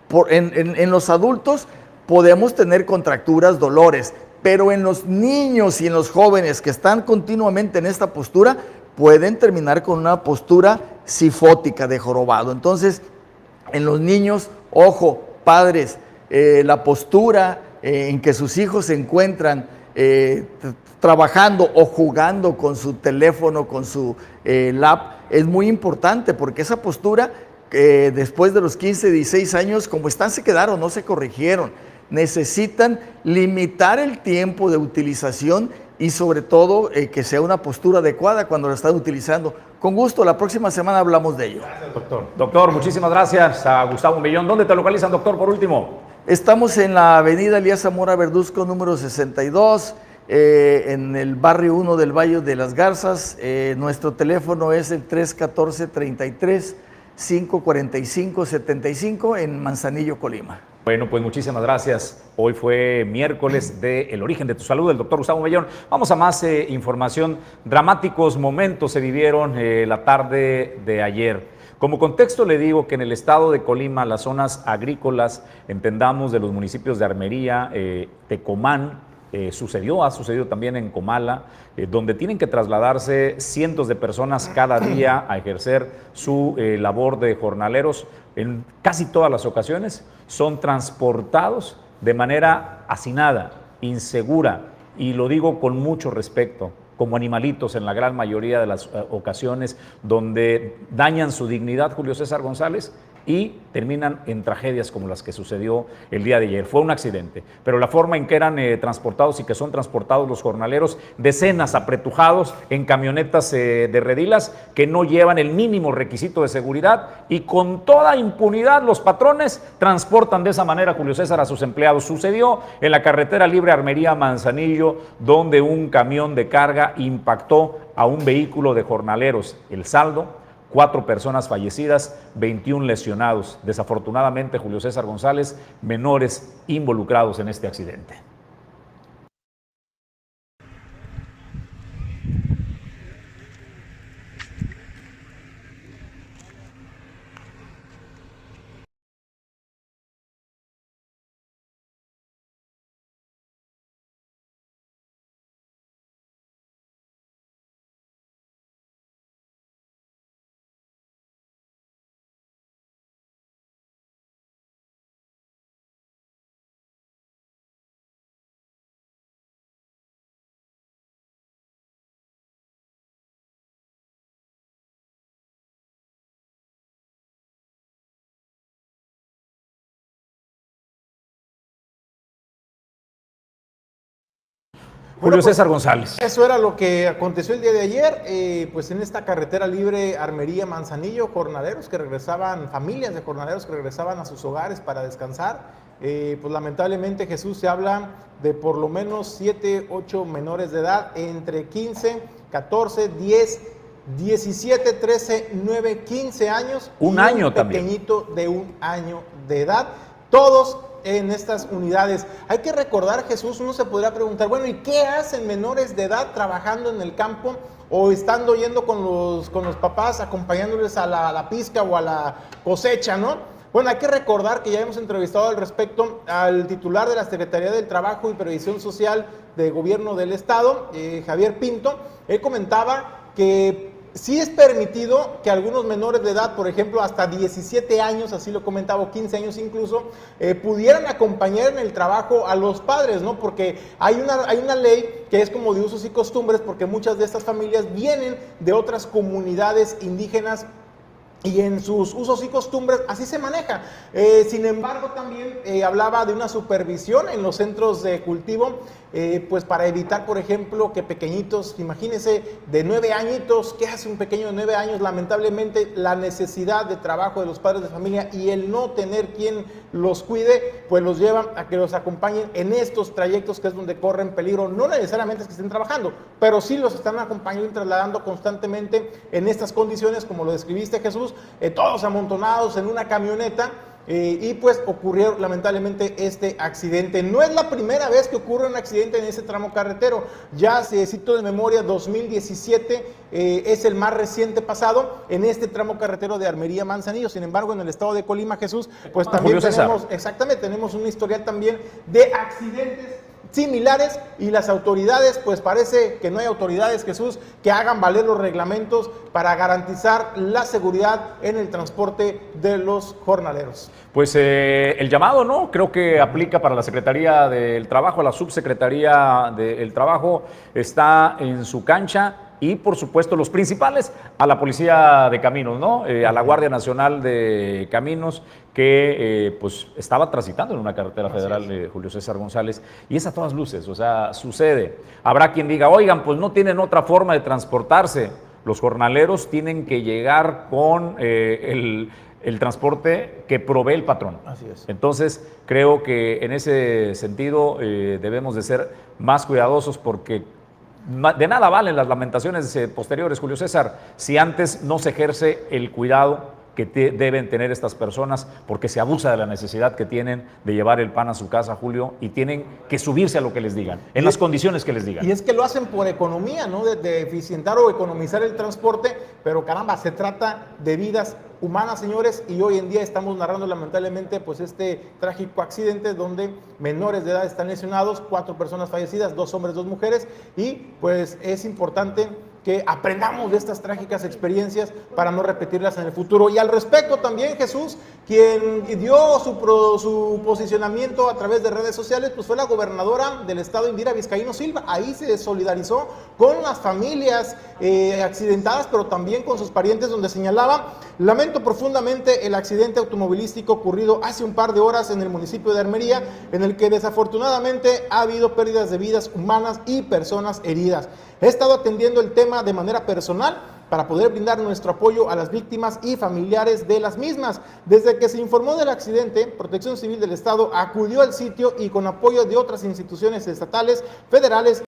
En los adultos podemos tener contracturas, dolores, pero en los niños y en los jóvenes que están continuamente en esta postura, pueden terminar con una postura sifótica de jorobado. Entonces, en los niños, ojo, padres, la postura en que sus hijos se encuentran trabajando o jugando con su teléfono, con su lap, es muy importante porque esa postura después de los 15, 16 años, como están, se quedaron, no se corrigieron. Necesitan limitar el tiempo de utilización y sobre todo que sea una postura adecuada cuando la están utilizando. Con gusto, la próxima semana hablamos de ello. Gracias, doctor. Doctor, muchísimas gracias a Gustavo Millón. ¿Dónde te localizan, doctor, por último? Estamos en la avenida Elías Zamora Verduzco, número 62, en el barrio 1 del Valle de las Garzas. Nuestro teléfono es el 314-33-545-75 en Manzanillo, Colima. Bueno, pues muchísimas gracias. Hoy fue miércoles de El Origen de tu Salud, del doctor Gustavo Millón. Vamos a más información. Dramáticos momentos se vivieron la tarde de ayer. Como contexto le digo que en el estado de Colima, las zonas agrícolas, entendamos de los municipios de Armería, Tecomán, ha sucedido también en Comala, donde tienen que trasladarse cientos de personas cada día a ejercer su labor de jornaleros. En casi todas las ocasiones son transportados de manera hacinada, insegura, y lo digo con mucho respeto, como animalitos en la gran mayoría de las ocasiones, donde dañan su dignidad, Julio César González, y terminan en tragedias como las que sucedió el día de ayer. Fue un accidente, pero la forma en que eran transportados y que son transportados los jornaleros, decenas apretujados en camionetas de redilas que no llevan el mínimo requisito de seguridad y con toda impunidad los patrones transportan de esa manera, Julio César, a sus empleados. Sucedió en la carretera libre Armería-Manzanillo, donde un camión de carga impactó a un vehículo de jornaleros. El saldo: 4 personas fallecidas, 21 lesionados. Desafortunadamente, Julio César González, menores involucrados en este accidente. Julio César González. Eso era lo que aconteció el día de ayer, pues en esta carretera libre Armería-Manzanillo, jornaleros que regresaban, familias de jornaleros que regresaban a sus hogares para descansar. Pues lamentablemente, Jesús, se habla de por lo menos 7, 8 menores de edad, entre 15, 14, 10, 17, 13, 9, 15 años. Un año también. Pequeñito de 1 año de edad, todos en estas unidades. Hay que recordar, Jesús, uno se podrá preguntar, bueno, ¿y qué hacen menores de edad trabajando en el campo o estando yendo con los papás, acompañándoles a la pizca o a la cosecha, ¿no? Bueno, hay que recordar que ya hemos entrevistado al respecto al titular de la Secretaría del Trabajo y Previsión Social del Gobierno del Estado, Javier Pinto. Él comentaba que sí es permitido que algunos menores de edad, por ejemplo, hasta 17 años, así lo comentaba, o 15 años incluso, pudieran acompañar en el trabajo a los padres, ¿no? Porque hay una ley que es como de usos y costumbres, porque muchas de estas familias vienen de otras comunidades indígenas y en sus usos y costumbres así se maneja. Sin embargo, también hablaba de una supervisión en los centros de cultivo, pues para evitar, por ejemplo, que pequeñitos, imagínense, de 9 añitos, ¿qué hace un pequeño de 9 años? Lamentablemente, la necesidad de trabajo de los padres de familia y el no tener quien los cuide, pues los llevan a que los acompañen en estos trayectos, que es donde corren peligro. No necesariamente es que estén trabajando, pero sí los están acompañando y trasladando constantemente en estas condiciones, como lo describiste, Jesús, todos amontonados en una camioneta, y pues ocurrió lamentablemente este accidente. No es la primera vez que ocurre un accidente en ese tramo carretero. Ya, si cito de memoria, 2017 es el más reciente pasado en este tramo carretero de Armería Manzanillo. Sin embargo, en el estado de Colima, Jesús, pues también tenemos un historial también de accidentes similares, y las autoridades, pues parece que no hay autoridades, Jesús, que hagan valer los reglamentos para garantizar la seguridad en el transporte de los jornaleros. Pues el llamado, ¿no? Creo que aplica para la Secretaría del Trabajo, la Subsecretaría del Trabajo está en su cancha, y por supuesto los principales, a la Policía de Caminos, ¿no? A la Guardia Nacional de Caminos, que pues estaba transitando en una carretera federal de Julio César González, y es a todas luces, o sea, sucede. Habrá quien diga, oigan, pues no tienen otra forma de transportarse. Los jornaleros tienen que llegar con el transporte que provee el patrón. Así es. Entonces, creo que en ese sentido debemos de ser más cuidadosos, porque de nada valen las lamentaciones posteriores, Julio César, si antes no se ejerce el cuidado que deben tener estas personas, porque se abusa de la necesidad que tienen de llevar el pan a su casa, Julio, y tienen que subirse a lo que les digan, en las condiciones que les digan. Y es que lo hacen por economía, ¿no? De eficientar o economizar el transporte, pero caramba, se trata de vidas humanas, señores, y hoy en día estamos narrando lamentablemente pues este trágico accidente donde menores de edad están lesionados, 4 personas fallecidas, 2 hombres, 2 mujeres, y pues es importante que aprendamos de estas trágicas experiencias para no repetirlas en el futuro. Y al respecto también Jesús, quien dio su posicionamiento a través de redes sociales, pues fue la gobernadora del estado, Indira Vizcaíno Silva. Ahí se solidarizó con las familias accidentadas, pero también con sus parientes, donde señalaba: lamento profundamente el accidente automovilístico ocurrido hace un par de horas en el municipio de Armería, en el que desafortunadamente ha habido pérdidas de vidas humanas y personas heridas. He estado atendiendo el tema de manera personal para poder brindar nuestro apoyo a las víctimas y familiares de las mismas. Desde que se informó del accidente, Protección Civil del Estado acudió al sitio y con apoyo de otras instituciones estatales, federales,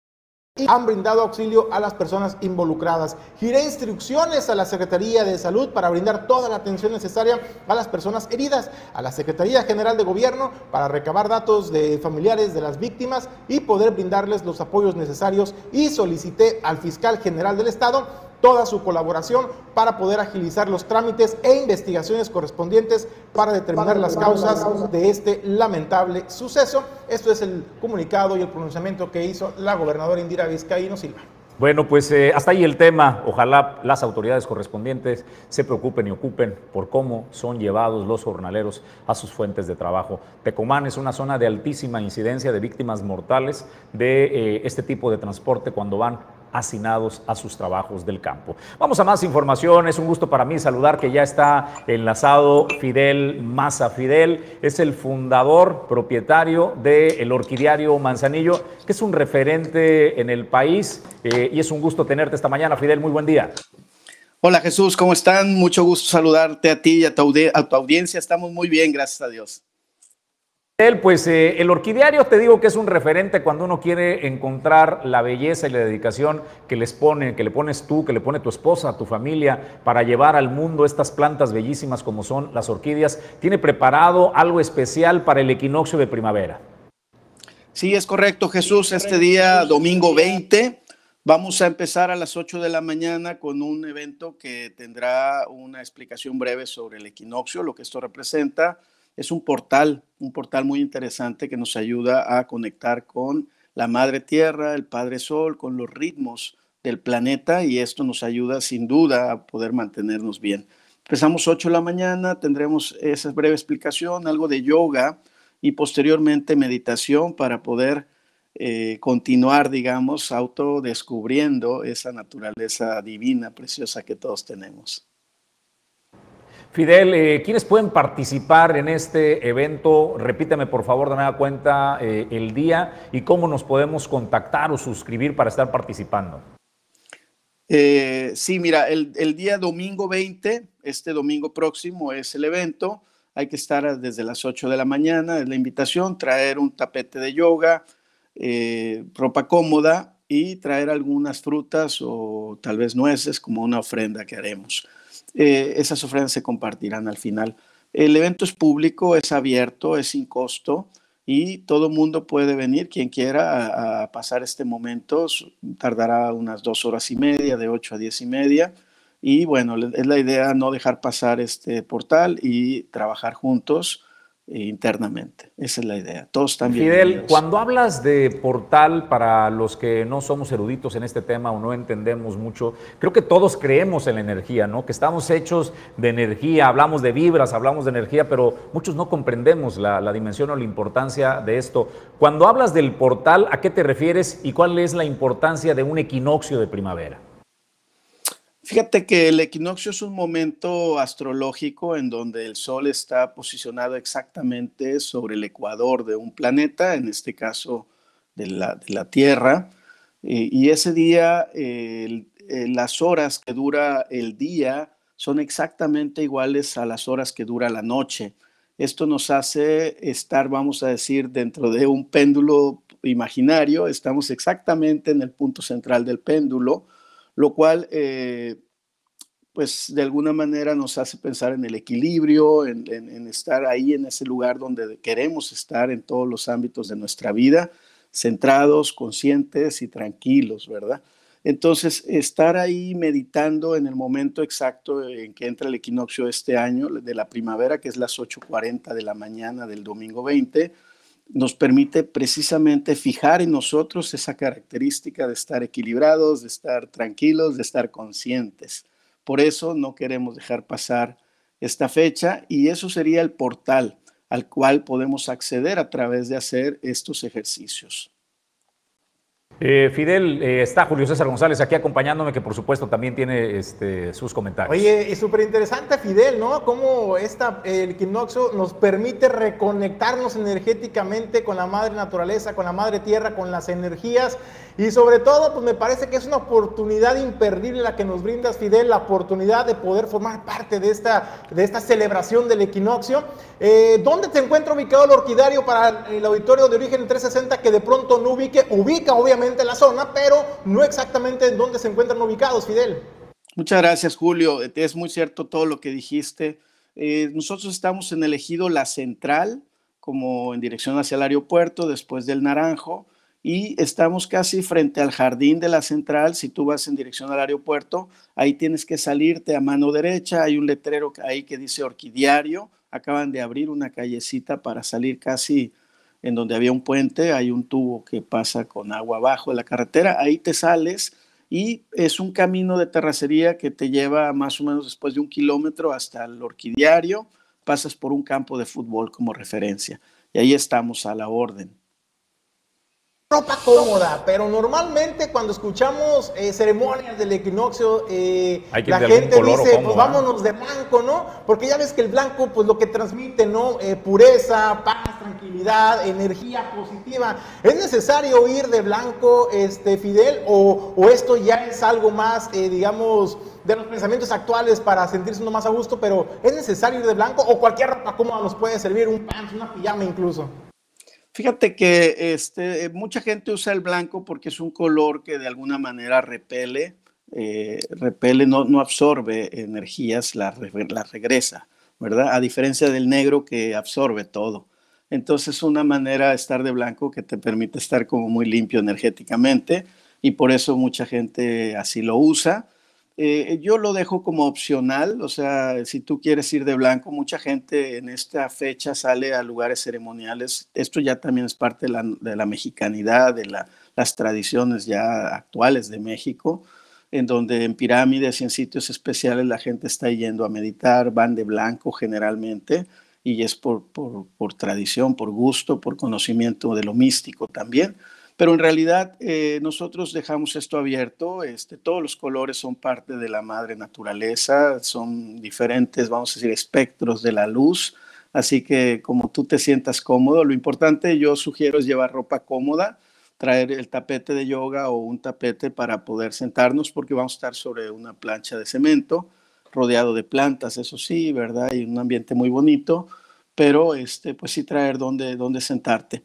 y han brindado auxilio a las personas involucradas. Giré instrucciones a la Secretaría de Salud para brindar toda la atención necesaria a las personas heridas, a la Secretaría General de Gobierno para recabar datos de familiares de las víctimas y poder brindarles los apoyos necesarios, y solicité al fiscal general del Estado toda su colaboración para poder agilizar los trámites e investigaciones correspondientes para determinar las causas de este lamentable suceso. Esto es el comunicado y el pronunciamiento que hizo la gobernadora Indira Vizcaíno Silva. Bueno, pues hasta ahí el tema. Ojalá las autoridades correspondientes se preocupen y ocupen por cómo son llevados los jornaleros a sus fuentes de trabajo. Tecomán es una zona de altísima incidencia de víctimas mortales de este tipo de transporte cuando van hacinados a sus trabajos del campo. Vamos a más información. Es un gusto para mí saludar que ya está enlazado Fidel Maza. Fidel es el fundador, propietario del Orquidiario Manzanillo, que es un referente en el país, y es un gusto tenerte esta mañana. Fidel, muy buen día. Hola Jesús, ¿cómo están? Mucho gusto saludarte a ti y a tu audiencia. Estamos muy bien, gracias a Dios. Pues el Orquidiario, te digo que es un referente cuando uno quiere encontrar la belleza y la dedicación que le pones tú, que le pone tu esposa, tu familia, para llevar al mundo estas plantas bellísimas como son las orquídeas. ¿Tiene preparado algo especial para el equinoccio de primavera? Sí, es correcto, Jesús. Este día, domingo 20, vamos a empezar a las 8 de la mañana con un evento que tendrá una explicación breve sobre el equinoccio, lo que esto representa. Es un portal muy interesante que nos ayuda a conectar con la Madre Tierra, el Padre Sol, con los ritmos del planeta, y esto nos ayuda sin duda a poder mantenernos bien. Empezamos 8 de la mañana, tendremos esa breve explicación, algo de yoga y posteriormente meditación para poder continuar, digamos, autodescubriendo esa naturaleza divina, preciosa que todos tenemos. Fidel, ¿quiénes pueden participar en este evento? Repíteme, por favor, de nueva cuenta el día y cómo nos podemos contactar o suscribir para estar participando. Sí, mira, el día domingo 20, este domingo próximo es el evento. Hay que estar desde las 8 de la mañana, es la invitación, traer un tapete de yoga, ropa cómoda y traer algunas frutas o tal vez nueces como una ofrenda que haremos. Esas ofrendas se compartirán al final. El evento es público, es abierto, es sin costo y todo mundo puede venir, quien quiera, a pasar este momento. Tardará unas 2 horas y media, de 8 a 10 y media. Y bueno, es la idea no dejar pasar este portal y trabajar juntos internamente. Esa es la idea. Todos están bienvenidos. Fidel, cuando hablas de portal, para los que no somos eruditos en este tema o no entendemos mucho, creo que todos creemos en la energía, ¿no? Que estamos hechos de energía, hablamos de vibras, hablamos de energía, pero muchos no comprendemos la dimensión o la importancia de esto. Cuando hablas del portal, ¿a qué te refieres y cuál es la importancia de un equinoccio de primavera? Fíjate que el equinoccio es un momento astrológico en donde el Sol está posicionado exactamente sobre el ecuador de un planeta, en este caso de la Tierra, y ese día las horas que dura el día son exactamente iguales a las horas que dura la noche. Esto nos hace estar, vamos a decir, dentro de un péndulo imaginario. Estamos exactamente en el punto central del péndulo, lo cual, pues de alguna manera nos hace pensar en el equilibrio, en estar ahí en ese lugar donde queremos estar en todos los ámbitos de nuestra vida, centrados, conscientes y tranquilos, ¿verdad? Entonces, estar ahí meditando en el momento exacto en que entra el equinoccio este año de la primavera, que es las 8:40 de la mañana del domingo 20, nos permite precisamente fijar en nosotros esa característica de estar equilibrados, de estar tranquilos, de estar conscientes. Por eso no queremos dejar pasar esta fecha y eso sería el portal al cual podemos acceder a través de hacer estos ejercicios. Fidel, está Julio César González aquí acompañándome, que por supuesto también tiene sus comentarios. Oye, es súper interesante, Fidel, ¿no? Cómo el equinoccio nos permite reconectarnos energéticamente con la madre naturaleza, con la madre tierra, con las energías. Y sobre todo, pues me parece que es una oportunidad imperdible la que nos brindas, Fidel, la oportunidad de poder formar parte de esta celebración del equinoccio. ¿Dónde se encuentra ubicado el orquidario para el auditorio de Origen 360 que de pronto no ubica obviamente la zona, pero no exactamente en dónde se encuentran ubicados, Fidel? Muchas gracias, Julio. Es muy cierto todo lo que dijiste. Nosotros estamos en el ejido La Central, como en dirección hacia el aeropuerto, después del Naranjo, y estamos casi frente al jardín de La Central. Si tú vas en dirección al aeropuerto, ahí tienes que salirte a mano derecha. Hay un letrero ahí que dice Orquidiario. Acaban de abrir una callecita para salir casi en donde había un puente. Hay un tubo que pasa con agua abajo de la carretera. Ahí te sales y es un camino de terracería que te lleva más o menos después de 1 kilómetro hasta el Orquidiario. Pasas por un campo de fútbol como referencia y ahí estamos a la orden. Ropa cómoda, pero normalmente cuando escuchamos ceremonias del equinoccio, la gente dice, pues vámonos de blanco, ¿no? Porque ya ves que el blanco, pues lo que transmite, ¿no? Pureza, paz, tranquilidad, energía positiva. ¿Es necesario ir de blanco, Fidel, o esto ya es algo más, digamos, de los pensamientos actuales para sentirse uno más a gusto, pero ¿es necesario ir de blanco o cualquier ropa cómoda nos puede servir, un pants, una pijama incluso? Fíjate que mucha gente usa el blanco porque es un color que de alguna manera repele, no absorbe energías, las regresa, ¿verdad? A diferencia del negro que absorbe todo. Entonces es una manera de estar de blanco que te permite estar como muy limpio energéticamente y por eso mucha gente así lo usa. Yo lo dejo como opcional, o sea, si tú quieres ir de blanco, mucha gente en esta fecha sale a lugares ceremoniales. Esto ya también es parte de la mexicanidad, de las tradiciones ya actuales de México, en donde en pirámides y en sitios especiales la gente está yendo a meditar, van de blanco generalmente, y es por tradición, por gusto, por conocimiento de lo místico también. Pero en realidad nosotros dejamos esto abierto, todos los colores son parte de la madre naturaleza, son diferentes, vamos a decir, espectros de la luz, así que como tú te sientas cómodo, lo importante yo sugiero es llevar ropa cómoda, traer el tapete de yoga o un tapete para poder sentarnos porque vamos a estar sobre una plancha de cemento, rodeado de plantas, eso sí, ¿verdad? Y un ambiente muy bonito, pero pues sí traer dónde sentarte.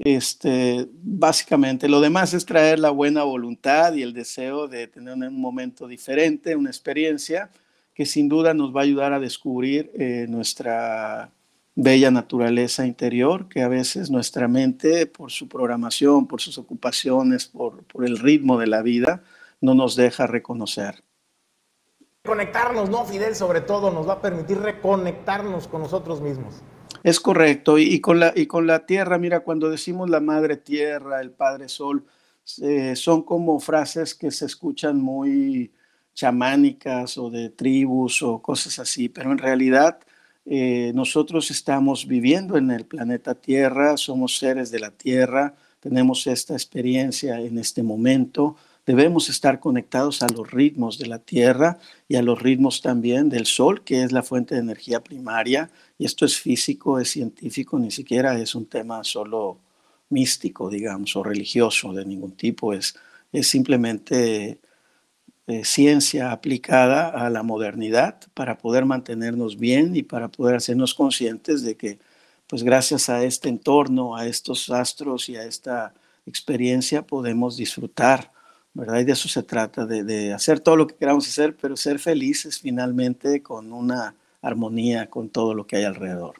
Básicamente lo demás es traer la buena voluntad y el deseo de tener un momento diferente, una experiencia que sin duda nos va a ayudar a descubrir nuestra bella naturaleza interior, que a veces nuestra mente, por su programación, por sus ocupaciones, por el ritmo de la vida, no nos deja reconocer. Conectarnos, ¿no, Fidel? Sobre todo nos va a permitir reconectarnos con nosotros mismos. Es correcto, y con la tierra, mira, cuando decimos la madre tierra, el padre sol, son como frases que se escuchan muy chamánicas o de tribus o cosas así, pero en realidad nosotros estamos viviendo en el planeta Tierra, somos seres de la Tierra, tenemos esta experiencia en este momento. Debemos estar conectados a los ritmos de la tierra y a los ritmos también del sol, que es la fuente de energía primaria. Y esto es físico, es científico, ni siquiera es un tema solo místico, digamos, o religioso de ningún tipo. Es simplemente ciencia aplicada a la modernidad para poder mantenernos bien y para poder hacernos conscientes de que, pues gracias a este entorno, a estos astros y a esta experiencia podemos disfrutar, ¿verdad? Y de eso se trata, de hacer todo lo que queramos hacer, pero ser felices finalmente con una armonía con todo lo que hay alrededor.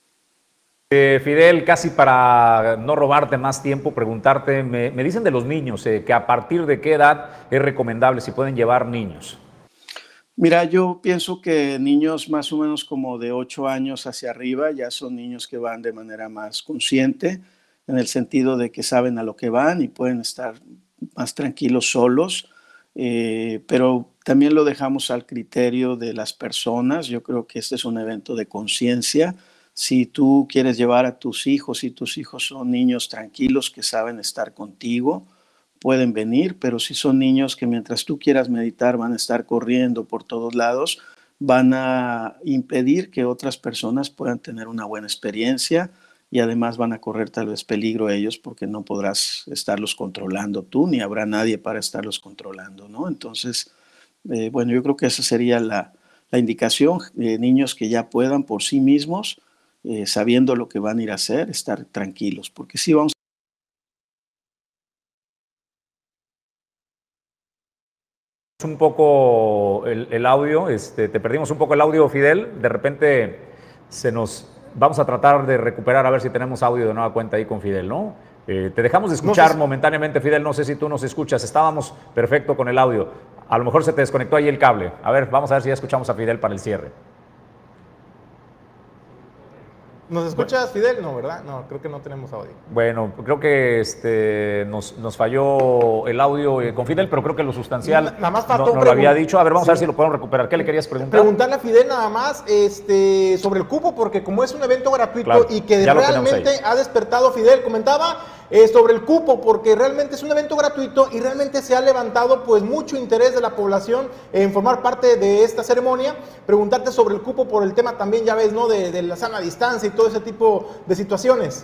Fidel, casi para no robarte más tiempo, preguntarte, me dicen de los niños, que a partir de qué edad es recomendable, si pueden llevar niños. Mira, yo pienso que niños más o menos como de 8 años hacia arriba ya son niños que van de manera más consciente. en el sentido de que saben a lo que van y pueden estar más tranquilos solos, pero también lo dejamos al criterio de las personas. Yo creo que este es un evento de conciencia. Si tú quieres llevar a tus hijos y tus hijos son niños tranquilos que saben estar contigo, pueden venir, pero si son niños que mientras tú quieras meditar van a estar corriendo por todos lados, van a impedir que otras personas puedan tener una buena experiencia y además van a correr tal vez peligro ellos porque no podrás estarlos controlando tú, ni habrá nadie para estarlos controlando, ¿no? Entonces, bueno, yo creo que esa sería la indicación, niños que ya puedan por sí mismos, sabiendo lo que van a ir a hacer, estar tranquilos, porque sí vamos un poco el audio, te perdimos un poco el audio, Fidel, de repente vamos a tratar de recuperar a ver si tenemos audio de nueva cuenta ahí con Fidel, ¿no? Te dejamos de escuchar momentáneamente, Fidel, no sé si tú nos escuchas, estábamos perfecto con el audio, a lo mejor se te desconectó ahí el cable, a ver, vamos a ver si ya escuchamos a Fidel para el cierre. ¿Nos escuchas, Fidel? No, ¿verdad? No, creo que no tenemos audio. Bueno, creo que nos falló el audio con Fidel, pero creo que lo sustancial nada más faltó no lo había dicho. A ver, vamos a ver si lo podemos recuperar. ¿Qué le querías preguntar? Preguntarle a Fidel nada más sobre el cupo, porque como es un evento gratuito, claro, y que realmente ha despertado, Fidel comentaba sobre el cupo, porque realmente es un evento gratuito y realmente se ha levantado pues mucho interés de la población en formar parte de esta ceremonia. Preguntarte sobre el cupo por el tema también, ya ves, ¿no? De la sana distancia y todo ese tipo de situaciones.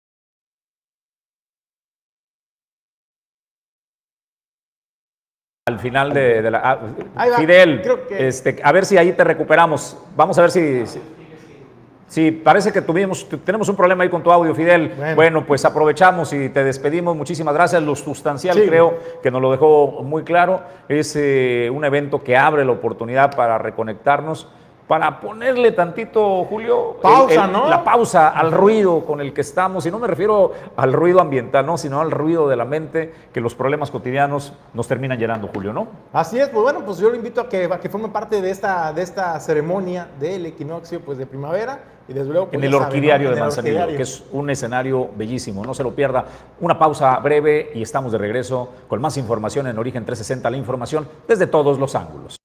Al final de la... Fidel, a ver si ahí te recuperamos. Vamos a ver si sí, parece que tenemos un problema ahí con tu audio, Fidel. Bueno, pues aprovechamos y te despedimos. Muchísimas gracias. Lo sustancial, creo que nos lo dejó muy claro. Es un evento que abre la oportunidad para reconectarnos, para ponerle tantito, Julio, pausa, ¿no? La pausa al ruido con el que estamos, y no me refiero al ruido ambiental, ¿no? Sino al ruido de la mente, que los problemas cotidianos nos terminan llenando, Julio, ¿no? Así es, pues bueno, pues yo lo invito a que forme parte de esta ceremonia del equinoccio pues de primavera, y desde luego pues, en el Orquidiario de Manzanillo, que es un escenario bellísimo, no se lo pierda. Una pausa breve y estamos de regreso con más información en Origen 360, la información desde todos los ángulos.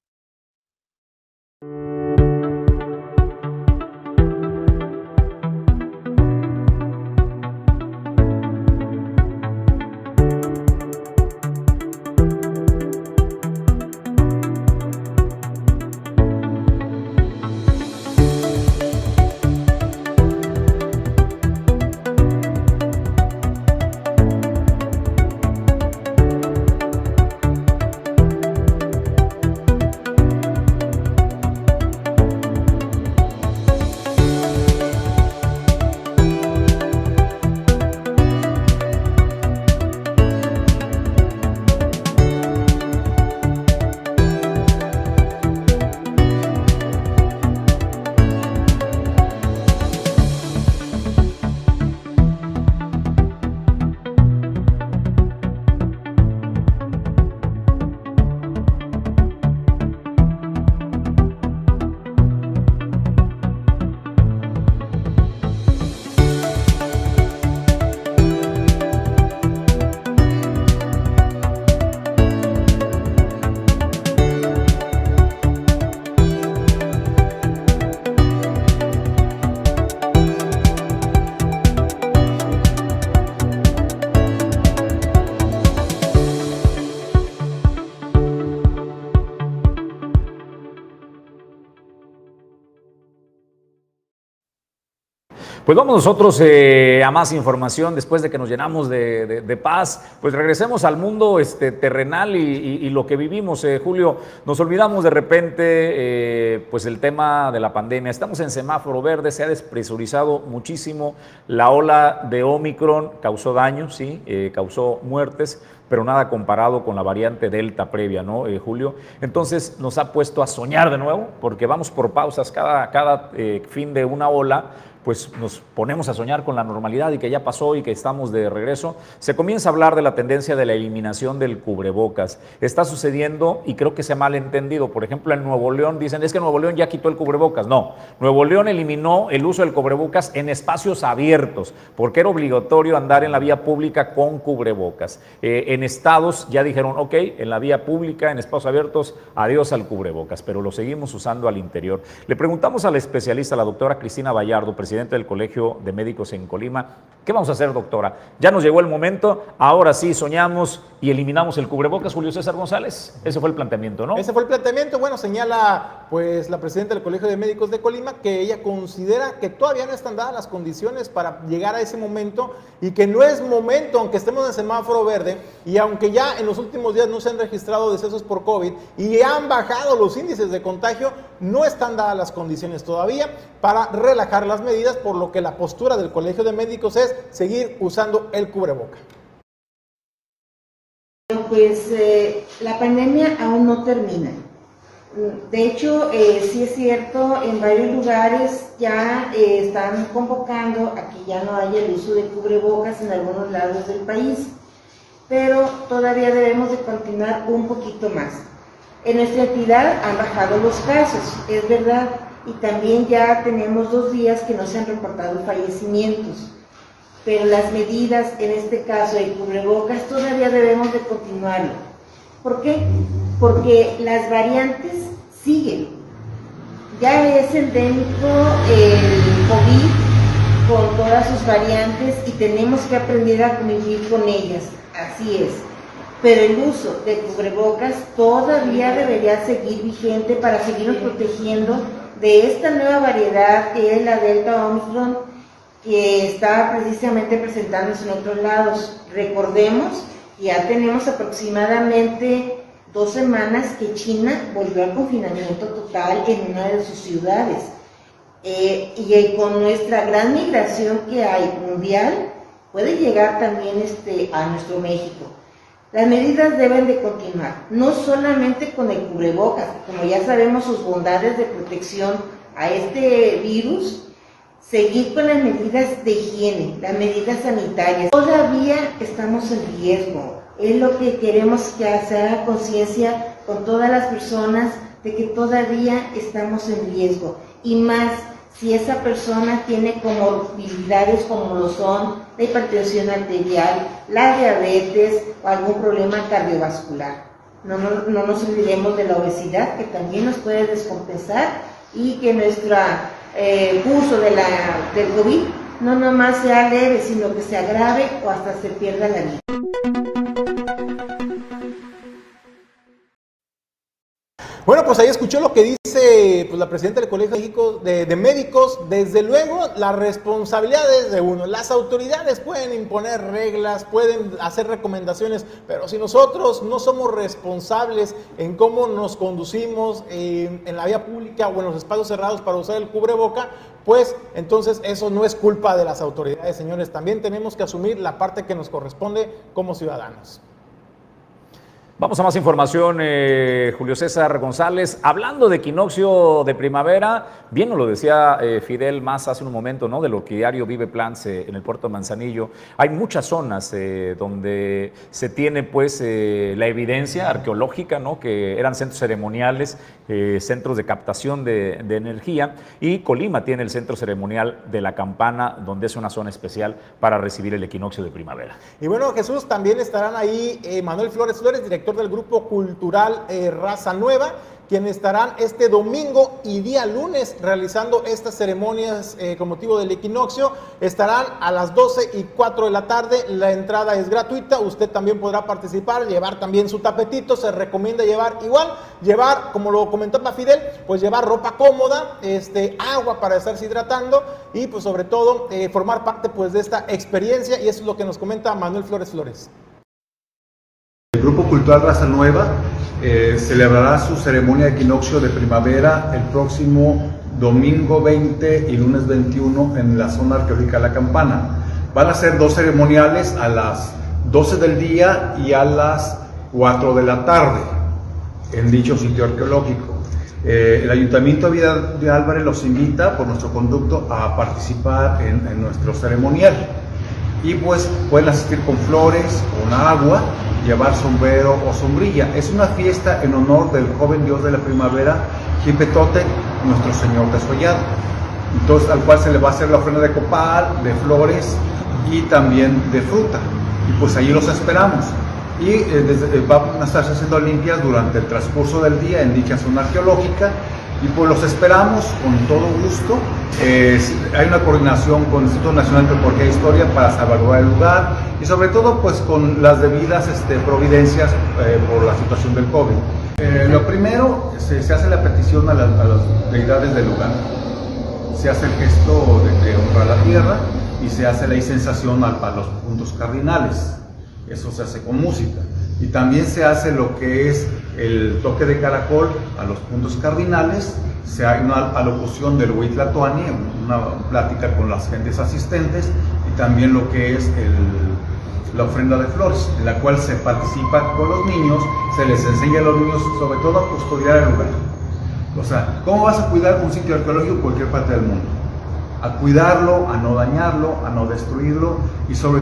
Pues vamos nosotros a más información después de que nos llenamos de paz. Pues regresemos al mundo terrenal y lo que vivimos, Julio. Nos olvidamos de repente pues el tema de la pandemia. Estamos en semáforo verde, se ha despresurizado muchísimo. La ola de Omicron causó daños, sí, causó muertes, pero nada comparado con la variante Delta previa, ¿no, Julio? Entonces nos ha puesto a soñar de nuevo, porque vamos por pausas cada fin de una ola, pues nos ponemos a soñar con la normalidad y que ya pasó y que estamos de regreso, se comienza a hablar de la tendencia de la eliminación del cubrebocas. Está sucediendo y creo que se ha malentendido. Por ejemplo, en Nuevo León dicen, es que Nuevo León ya quitó el cubrebocas. No, Nuevo León eliminó el uso del cubrebocas en espacios abiertos, porque era obligatorio andar en la vía pública con cubrebocas. En estados ya dijeron, ok, en la vía pública, en espacios abiertos, adiós al cubrebocas, pero lo seguimos usando al interior. Le preguntamos a la especialista, la doctora Cristina Vallardo, presidenta del Colegio de Médicos en Colima, ¿qué vamos a hacer, doctora? Ya nos llegó el momento, ahora sí soñamos y eliminamos el cubrebocas. Julio César González, ese fue el planteamiento, ¿no? Ese fue el planteamiento. Bueno, señala pues la presidenta del Colegio de Médicos de Colima que ella considera que todavía no están dadas las condiciones para llegar a ese momento y que no es momento, aunque estemos en semáforo verde y aunque ya en los últimos días no se han registrado decesos por COVID y han bajado los índices de contagio, no están dadas las condiciones todavía para relajar las medidas, por lo que la postura del Colegio de Médicos es seguir usando el cubreboca. Pues la pandemia aún no termina. De hecho, sí es cierto, en varios lugares ya están convocando a que ya no haya el uso de cubrebocas en algunos lados del país, pero todavía debemos de continuar un poquito más. En nuestra entidad han bajado los casos, es verdad, y también ya tenemos 2 días que no se han reportado fallecimientos, pero las medidas, en este caso de cubrebocas, todavía debemos de continuarlo. ¿Por qué? Porque las variantes siguen. Ya es endémico el COVID con todas sus variantes y tenemos que aprender a convivir con ellas, así es. Pero el uso de cubrebocas todavía debería seguir vigente para seguirnos protegiendo de esta nueva variedad que es la Delta Omicron, que está precisamente presentándose en otros lados. Recordemos, ya tenemos aproximadamente 2 semanas que China volvió al confinamiento total en una de sus ciudades. Y con nuestra gran migración que hay mundial, puede llegar también a nuestro México. Las medidas deben de continuar, no solamente con el cubrebocas, como ya sabemos sus bondades de protección a este virus, seguir con las medidas de higiene, las medidas sanitarias. Todavía estamos en riesgo, es lo que queremos que se haga conciencia con todas las personas de que todavía estamos en riesgo, y más si esa persona tiene comorbilidades como lo son la hipertensión arterial, la diabetes o algún problema cardiovascular. No nos olvidemos de la obesidad, que también nos puede descompensar, y que nuestro curso del COVID no nomás sea leve, sino que se agrave o hasta se pierda la vida. Bueno, pues ahí escuchó lo que dice pues, la presidenta del Colegio de Médicos. Desde luego, las responsabilidades de uno. Las autoridades pueden imponer reglas, pueden hacer recomendaciones, pero si nosotros no somos responsables en cómo nos conducimos en la vía pública o en los espacios cerrados para usar el cubreboca, pues entonces eso no es culpa de las autoridades, señores. También tenemos que asumir la parte que nos corresponde como ciudadanos. Vamos a más información, Julio César González. Hablando de equinoccio de primavera, bien nos lo decía Fidel más hace un momento, ¿no? De lo que diario vive Plans en el puerto de Manzanillo. Hay muchas zonas donde se tiene pues la evidencia arqueológica, ¿no? Que eran centros ceremoniales, centros de captación de energía, y Colima tiene el centro ceremonial de la Campana, donde es una zona especial para recibir el equinoccio de primavera. Y bueno, Jesús, también estarán ahí Manuel Flores, director del Grupo Cultural Raza Nueva, quienes estarán este domingo y día lunes realizando estas ceremonias con motivo del equinoccio. Estarán a las 12 y 4 de la tarde, la entrada es gratuita, usted también podrá participar, llevar también su tapetito, se recomienda llevar, como lo comentaba Fidel, pues llevar ropa cómoda, agua para estarse hidratando y pues sobre todo formar parte pues de esta experiencia, y eso es lo que nos comenta Manuel Flores. El Grupo Cultural Raza Nueva celebrará su ceremonia de equinoccio de primavera el próximo domingo 20 y lunes 21 en la zona arqueológica de la Campana. Van a ser 2 ceremoniales a las 12 del día y a las 4 de la tarde en dicho sitio arqueológico. El Ayuntamiento de Villa de Álvarez los invita por nuestro conducto a participar en nuestro ceremonial. Y pues pueden asistir con flores, con agua, llevar sombrero o sombrilla. Es una fiesta en honor del joven dios de la primavera, Jipetotec, nuestro señor desollado. Entonces, al cual se le va a hacer la ofrenda de copal, de flores y también de fruta. Y pues allí los esperamos. Y van a estarse haciendo limpias durante el transcurso del día en dicha zona arqueológica. Y pues los esperamos con todo gusto. Hay una coordinación con el Instituto Nacional de Antropología e Historia para salvaguardar el lugar y sobre todo pues con las debidas providencias por la situación del COVID. Lo primero, se hace la petición a las deidades del lugar. Se hace el gesto de honrar la tierra y se hace la incensación a los puntos cardinales. Eso se hace con música. Y también se hace lo que es el toque de caracol a los puntos cardinales. Se hay una alocución del Huitlatoani, una plática con las gentes asistentes, y también lo que es la ofrenda de flores, en la cual se participa con los niños, se les enseña a los niños sobre todo a custodiar el lugar. O sea, ¿cómo vas a cuidar un sitio arqueológico en cualquier parte del mundo? A cuidarlo, a no dañarlo, a no destruirlo y sobre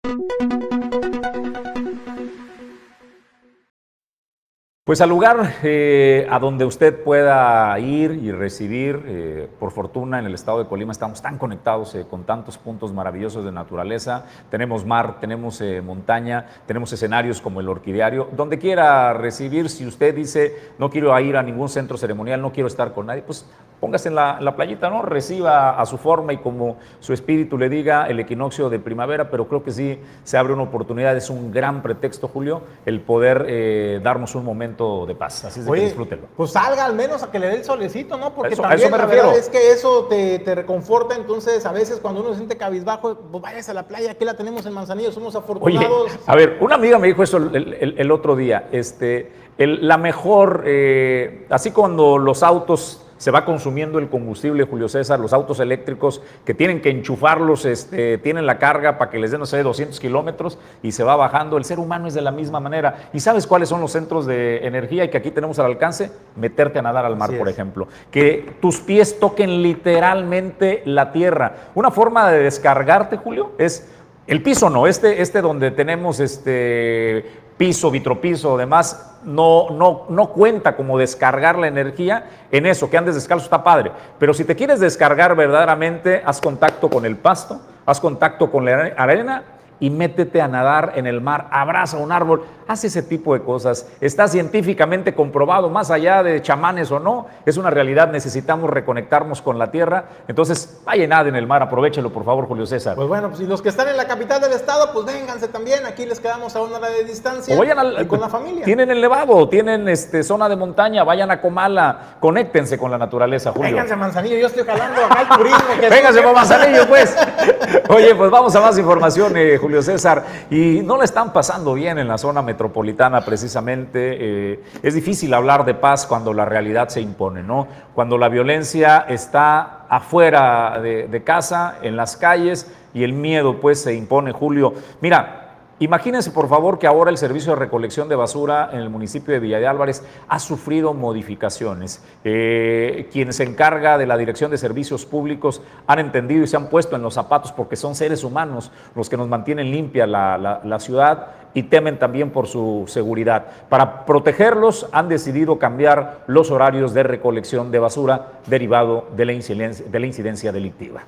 Pues al lugar a donde usted pueda ir y recibir, por fortuna en el estado de Colima estamos tan conectados con tantos puntos maravillosos de naturaleza, tenemos mar, tenemos montaña, tenemos escenarios como el Orquidiario, donde quiera recibir. Si usted dice no quiero ir a ningún centro ceremonial, no quiero estar con nadie, pues póngase en la playita, ¿no? Reciba a su forma y como su espíritu le diga el equinoccio de primavera, pero creo que sí se abre una oportunidad, es un gran pretexto, Julio, el poder darnos un momento de paz, así es de que disfrútenlo. Pues salga al menos a que le dé el solecito, ¿no? Porque eso, también a eso me la refiero. verdad es que eso te reconforta, entonces a veces cuando uno se siente cabizbajo, pues vayas a la playa, aquí la tenemos en Manzanillo, somos afortunados. Oye, a ver, una amiga me dijo eso el otro día, la mejor, así cuando los autos se va consumiendo el combustible, Julio César, los autos eléctricos que tienen que enchufarlos, tienen la carga para que les den, no sé, 200 kilómetros y se va bajando. El ser humano es de la misma manera. ¿Y sabes cuáles son los centros de energía y que aquí tenemos al alcance? Meterte a nadar al mar, por ejemplo. Que tus pies toquen literalmente la tierra. Una forma de descargarte, Julio, es el piso, no, donde tenemos piso, vitropiso, demás, no cuenta como descargar la energía en eso, que andes descalzo está padre, pero si te quieres descargar verdaderamente, haz contacto con el pasto, haz contacto con la arena y métete a nadar en el mar, abraza un árbol, haz ese tipo de cosas. Está científicamente comprobado, más allá de chamanes o no, es una realidad, necesitamos reconectarnos con la tierra. Entonces, vaya nada en el mar, aprovechelo por favor, Julio César. Pues bueno, pues y los que están en la capital del estado, pues vénganse también, aquí les quedamos a 1 hora de distancia. O vayan con la familia. Tienen elevado, tienen zona de montaña, vayan a Comala, conéctense con la naturaleza, Julio. Vénganse a Manzanillo, yo estoy jalando acá el turismo. Vénganse para Manzanillo, pues. Oye, pues vamos a más información, Julio César. Y no la están pasando bien en la zona metropolitana, precisamente. Es difícil hablar de paz cuando la realidad se impone, ¿no? Cuando la violencia está afuera de casa, en las calles, y el miedo, pues, se impone, Julio. Mira, imagínense, por favor, que ahora el servicio de recolección de basura en el municipio de Villa de Álvarez ha sufrido modificaciones. Quien se encarga de la Dirección de Servicios Públicos han entendido y se han puesto en los zapatos porque son seres humanos los que nos mantienen limpia la ciudad y temen también por su seguridad. Para protegerlos han decidido cambiar los horarios de recolección de basura derivado de la incidencia delictiva.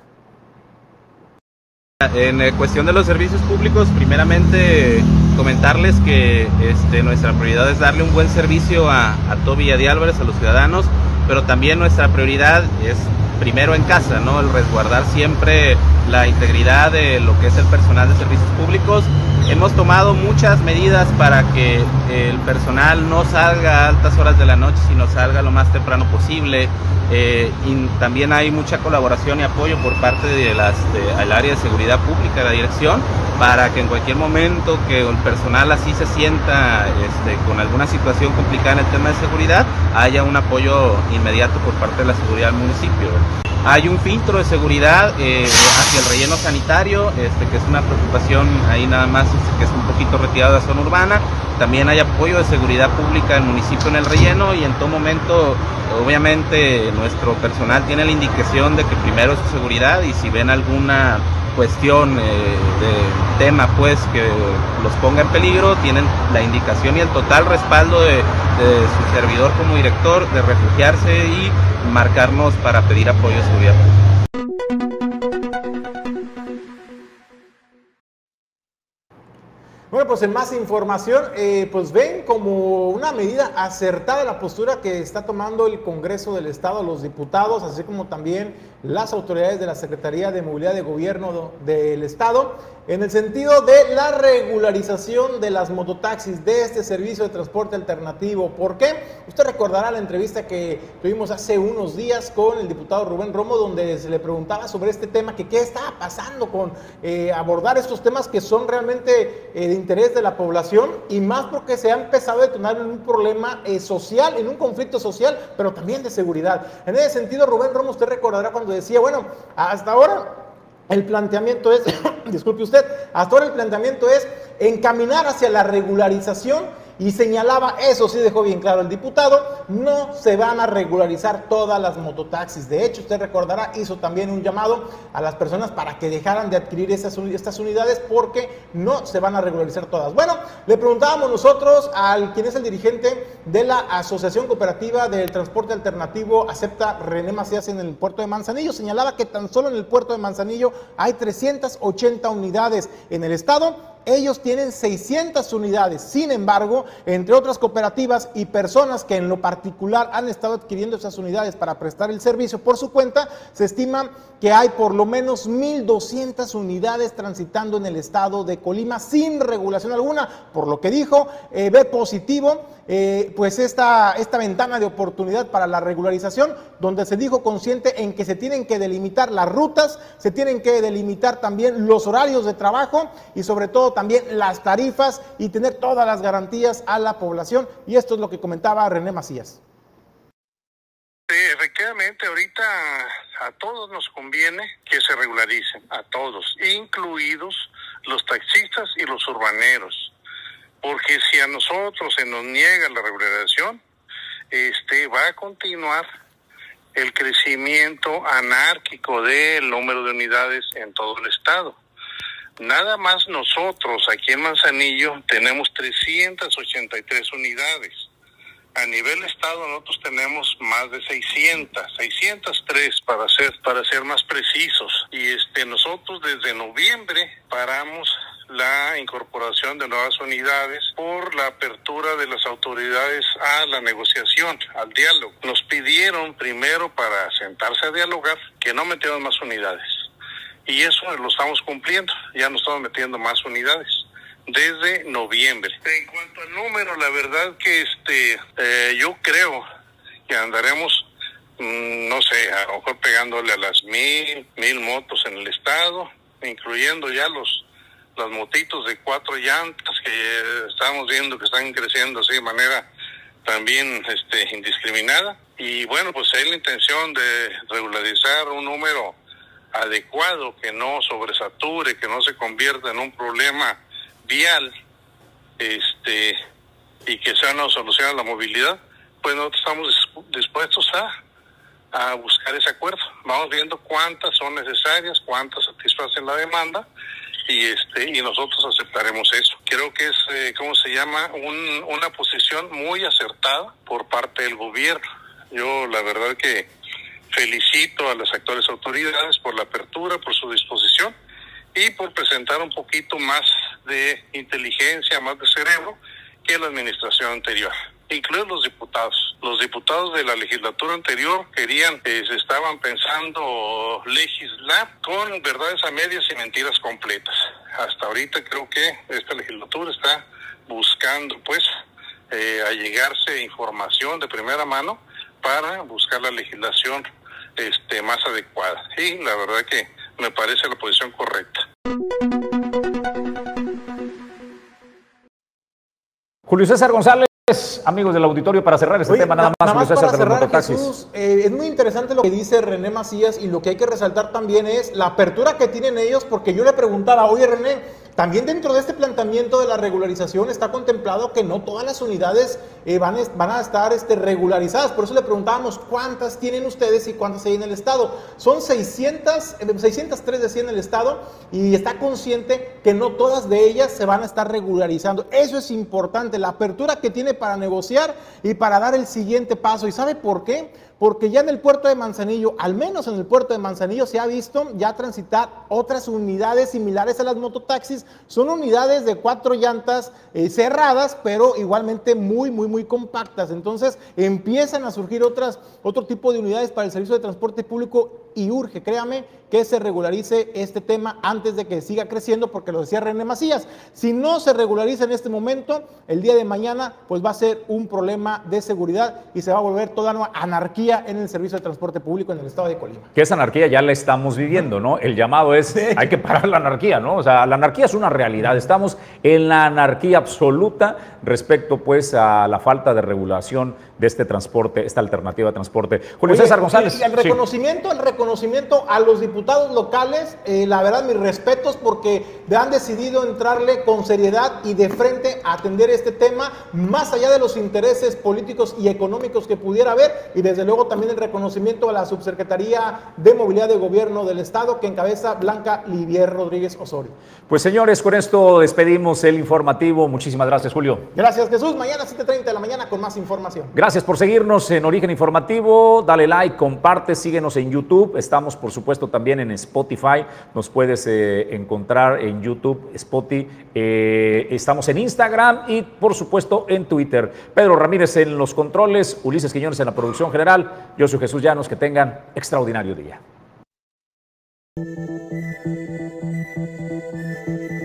En cuestión de los servicios públicos, primeramente comentarles que nuestra prioridad es darle un buen servicio a todo Villa de Álvarez, a los ciudadanos, pero también nuestra prioridad es primero en casa, ¿no? El resguardar siempre la integridad de lo que es el personal de servicios públicos. Hemos tomado muchas medidas para que el personal no salga a altas horas de la noche, sino salga lo más temprano posible. Y también hay mucha colaboración y apoyo por parte del área de seguridad pública de la dirección, para que en cualquier momento que el personal así se sienta con alguna situación complicada en el tema de seguridad, haya un apoyo inmediato por parte de la seguridad del municipio. Hay un filtro de seguridad hacia el relleno sanitario, que es una preocupación ahí nada más que es un poquito retirado de la zona urbana. También hay apoyo de seguridad pública del municipio en el relleno, y en todo momento, obviamente, nuestro personal tiene la indicación de que primero es su seguridad, y si ven alguna cuestión de tema pues que los ponga en peligro, tienen la indicación y el total respaldo de su servidor como director de refugiarse y marcarnos para pedir apoyo de seguridad pública. Bueno, pues en más información, pues ven como una medida acertada la postura que está tomando el Congreso del Estado, los diputados, así como también las autoridades de la Secretaría de Movilidad de Gobierno del Estado, en el sentido de la regularización de las mototaxis, de este servicio de transporte alternativo. ¿Por qué? Usted recordará la entrevista que tuvimos hace unos días con el diputado Rubén Romo, donde se le preguntaba sobre este tema, que qué estaba pasando con abordar estos temas que son realmente de interés de la población, y más porque se ha empezado a detonar en un problema social, en un conflicto social, pero también de seguridad. En ese sentido, Rubén Romo, usted recordará cuando decía, bueno, hasta ahora el planteamiento es, disculpe usted, hasta ahora el planteamiento es encaminar hacia la regularización, y señalaba, eso sí dejó bien claro el diputado, no se van a regularizar todas las mototaxis. De hecho, usted recordará, hizo también un llamado a las personas para que dejaran de adquirir estas unidades, porque no se van a regularizar todas. Bueno, le preguntábamos nosotros al quien es el dirigente de la Asociación Cooperativa del Transporte Alternativo Acepta, René Macías, en el puerto de Manzanillo. Señalaba que tan solo en el puerto de Manzanillo hay 380 unidades. En el estado ellos tienen 600 unidades. Sin embargo, entre otras cooperativas y personas que en lo particular han estado adquiriendo esas unidades para prestar el servicio por su cuenta, se estima que hay por lo menos 1,200 unidades transitando en el estado de Colima sin regulación alguna. Por lo que dijo, ve positivo pues esta ventana de oportunidad para la regularización, donde se dijo consciente en que se tienen que delimitar las rutas, se tienen que delimitar también los horarios de trabajo y sobre todo también las tarifas, y tener todas las garantías a la población. Y esto es lo que comentaba René Macías. Sí, efectivamente, ahorita a todos nos conviene que se regularicen, a todos, incluidos los taxistas y los urbaneros, porque si a nosotros se nos niega la regularización, va a continuar el crecimiento anárquico del número de unidades en todo el estado. Nada más nosotros aquí en Manzanillo tenemos 383 unidades. A nivel estado nosotros tenemos más de 603 para ser más precisos. Y nosotros desde noviembre paramos la incorporación de nuevas unidades por la apertura de las autoridades a la negociación, al diálogo. Nos pidieron primero, para sentarse a dialogar, que no metieran más unidades. Y eso lo estamos cumpliendo, ya nos estamos metiendo más unidades desde noviembre. En cuanto al número, la verdad que yo creo que andaremos, no sé, a lo mejor pegándole a las 1,000 motos en el estado, incluyendo ya las motitos de 4 llantas que estamos viendo que están creciendo así de manera también indiscriminada. Y bueno, pues hay la intención de regularizar un número adecuado, que no sobresature, que no se convierta en un problema vial, y que sea una solución a la movilidad. Pues nosotros estamos dispuestos a buscar ese acuerdo. Vamos viendo cuántas son necesarias, cuántas satisfacen la demanda, y nosotros aceptaremos eso. Creo que es, una posición muy acertada por parte del gobierno. Yo la verdad que felicito a las actuales autoridades por la apertura, por su disposición y por presentar un poquito más de inteligencia, más de cerebro que la administración anterior, incluidos los diputados. Los diputados de la legislatura anterior estaban pensando legislar con verdades a medias y mentiras completas. Hasta ahorita creo que esta legislatura está buscando pues allegarse información de primera mano para buscar la legislación más adecuada, y la verdad que me parece la posición correcta. Julio César González, amigos del auditorio, para cerrar este tema, nada más, Julio César, de los mototaxis. Jesús, es muy interesante lo que dice René Macías, y lo que hay que resaltar también es la apertura que tienen ellos, porque yo le preguntaba, oye René, También dentro de este planteamiento de la regularización está contemplado que no todas las unidades van a estar regularizadas. Por eso le preguntábamos cuántas tienen ustedes y cuántas hay en el estado. Son 603 decía en el estado, y está consciente que no todas de ellas se van a estar regularizando. Eso es importante, la apertura que tiene para negociar y para dar el siguiente paso. ¿Y sabe por qué? Porque ya en el puerto de Manzanillo, al menos en el puerto de Manzanillo, se ha visto ya transitar otras unidades similares a las mototaxis. Son unidades de 4 llantas cerradas, pero igualmente muy compactas. Entonces empiezan a surgir otro tipo de unidades para el servicio de transporte público, y urge, créame, que se regularice este tema antes de que siga creciendo, porque lo decía René Macías, si no se regulariza en este momento, el día de mañana pues va a ser un problema de seguridad y se va a volver toda una anarquía en el servicio de transporte público en el estado de Colima. Que esa anarquía ya la estamos viviendo, ¿no? El llamado es, hay que parar la anarquía, ¿no? O sea, la anarquía es una realidad, estamos en la anarquía absoluta respecto pues a la falta de regulación de este transporte, esta alternativa de transporte. Julio César González. Y el reconocimiento a los diputados locales, la verdad, mis respetos, porque han decidido entrarle con seriedad y de frente a atender este tema, más allá de los intereses políticos y económicos que pudiera haber, y desde luego también el reconocimiento a la Subsecretaría de Movilidad de Gobierno del Estado, que encabeza Blanca Livier Rodríguez Osorio. Pues señores, con esto despedimos el informativo. Muchísimas gracias, Julio. Gracias, Jesús. Mañana 7:30 de la mañana con más información. Gracias por seguirnos en Origen Informativo. Dale like, comparte, síguenos en YouTube. Estamos, por supuesto, también en Spotify. Nos puedes encontrar en YouTube, Spotify. Estamos en Instagram y, por supuesto, en Twitter. Pedro Ramírez en los controles, Ulises Quiñones en la producción general. Yo soy Jesús Llanos. Que tengan extraordinario día.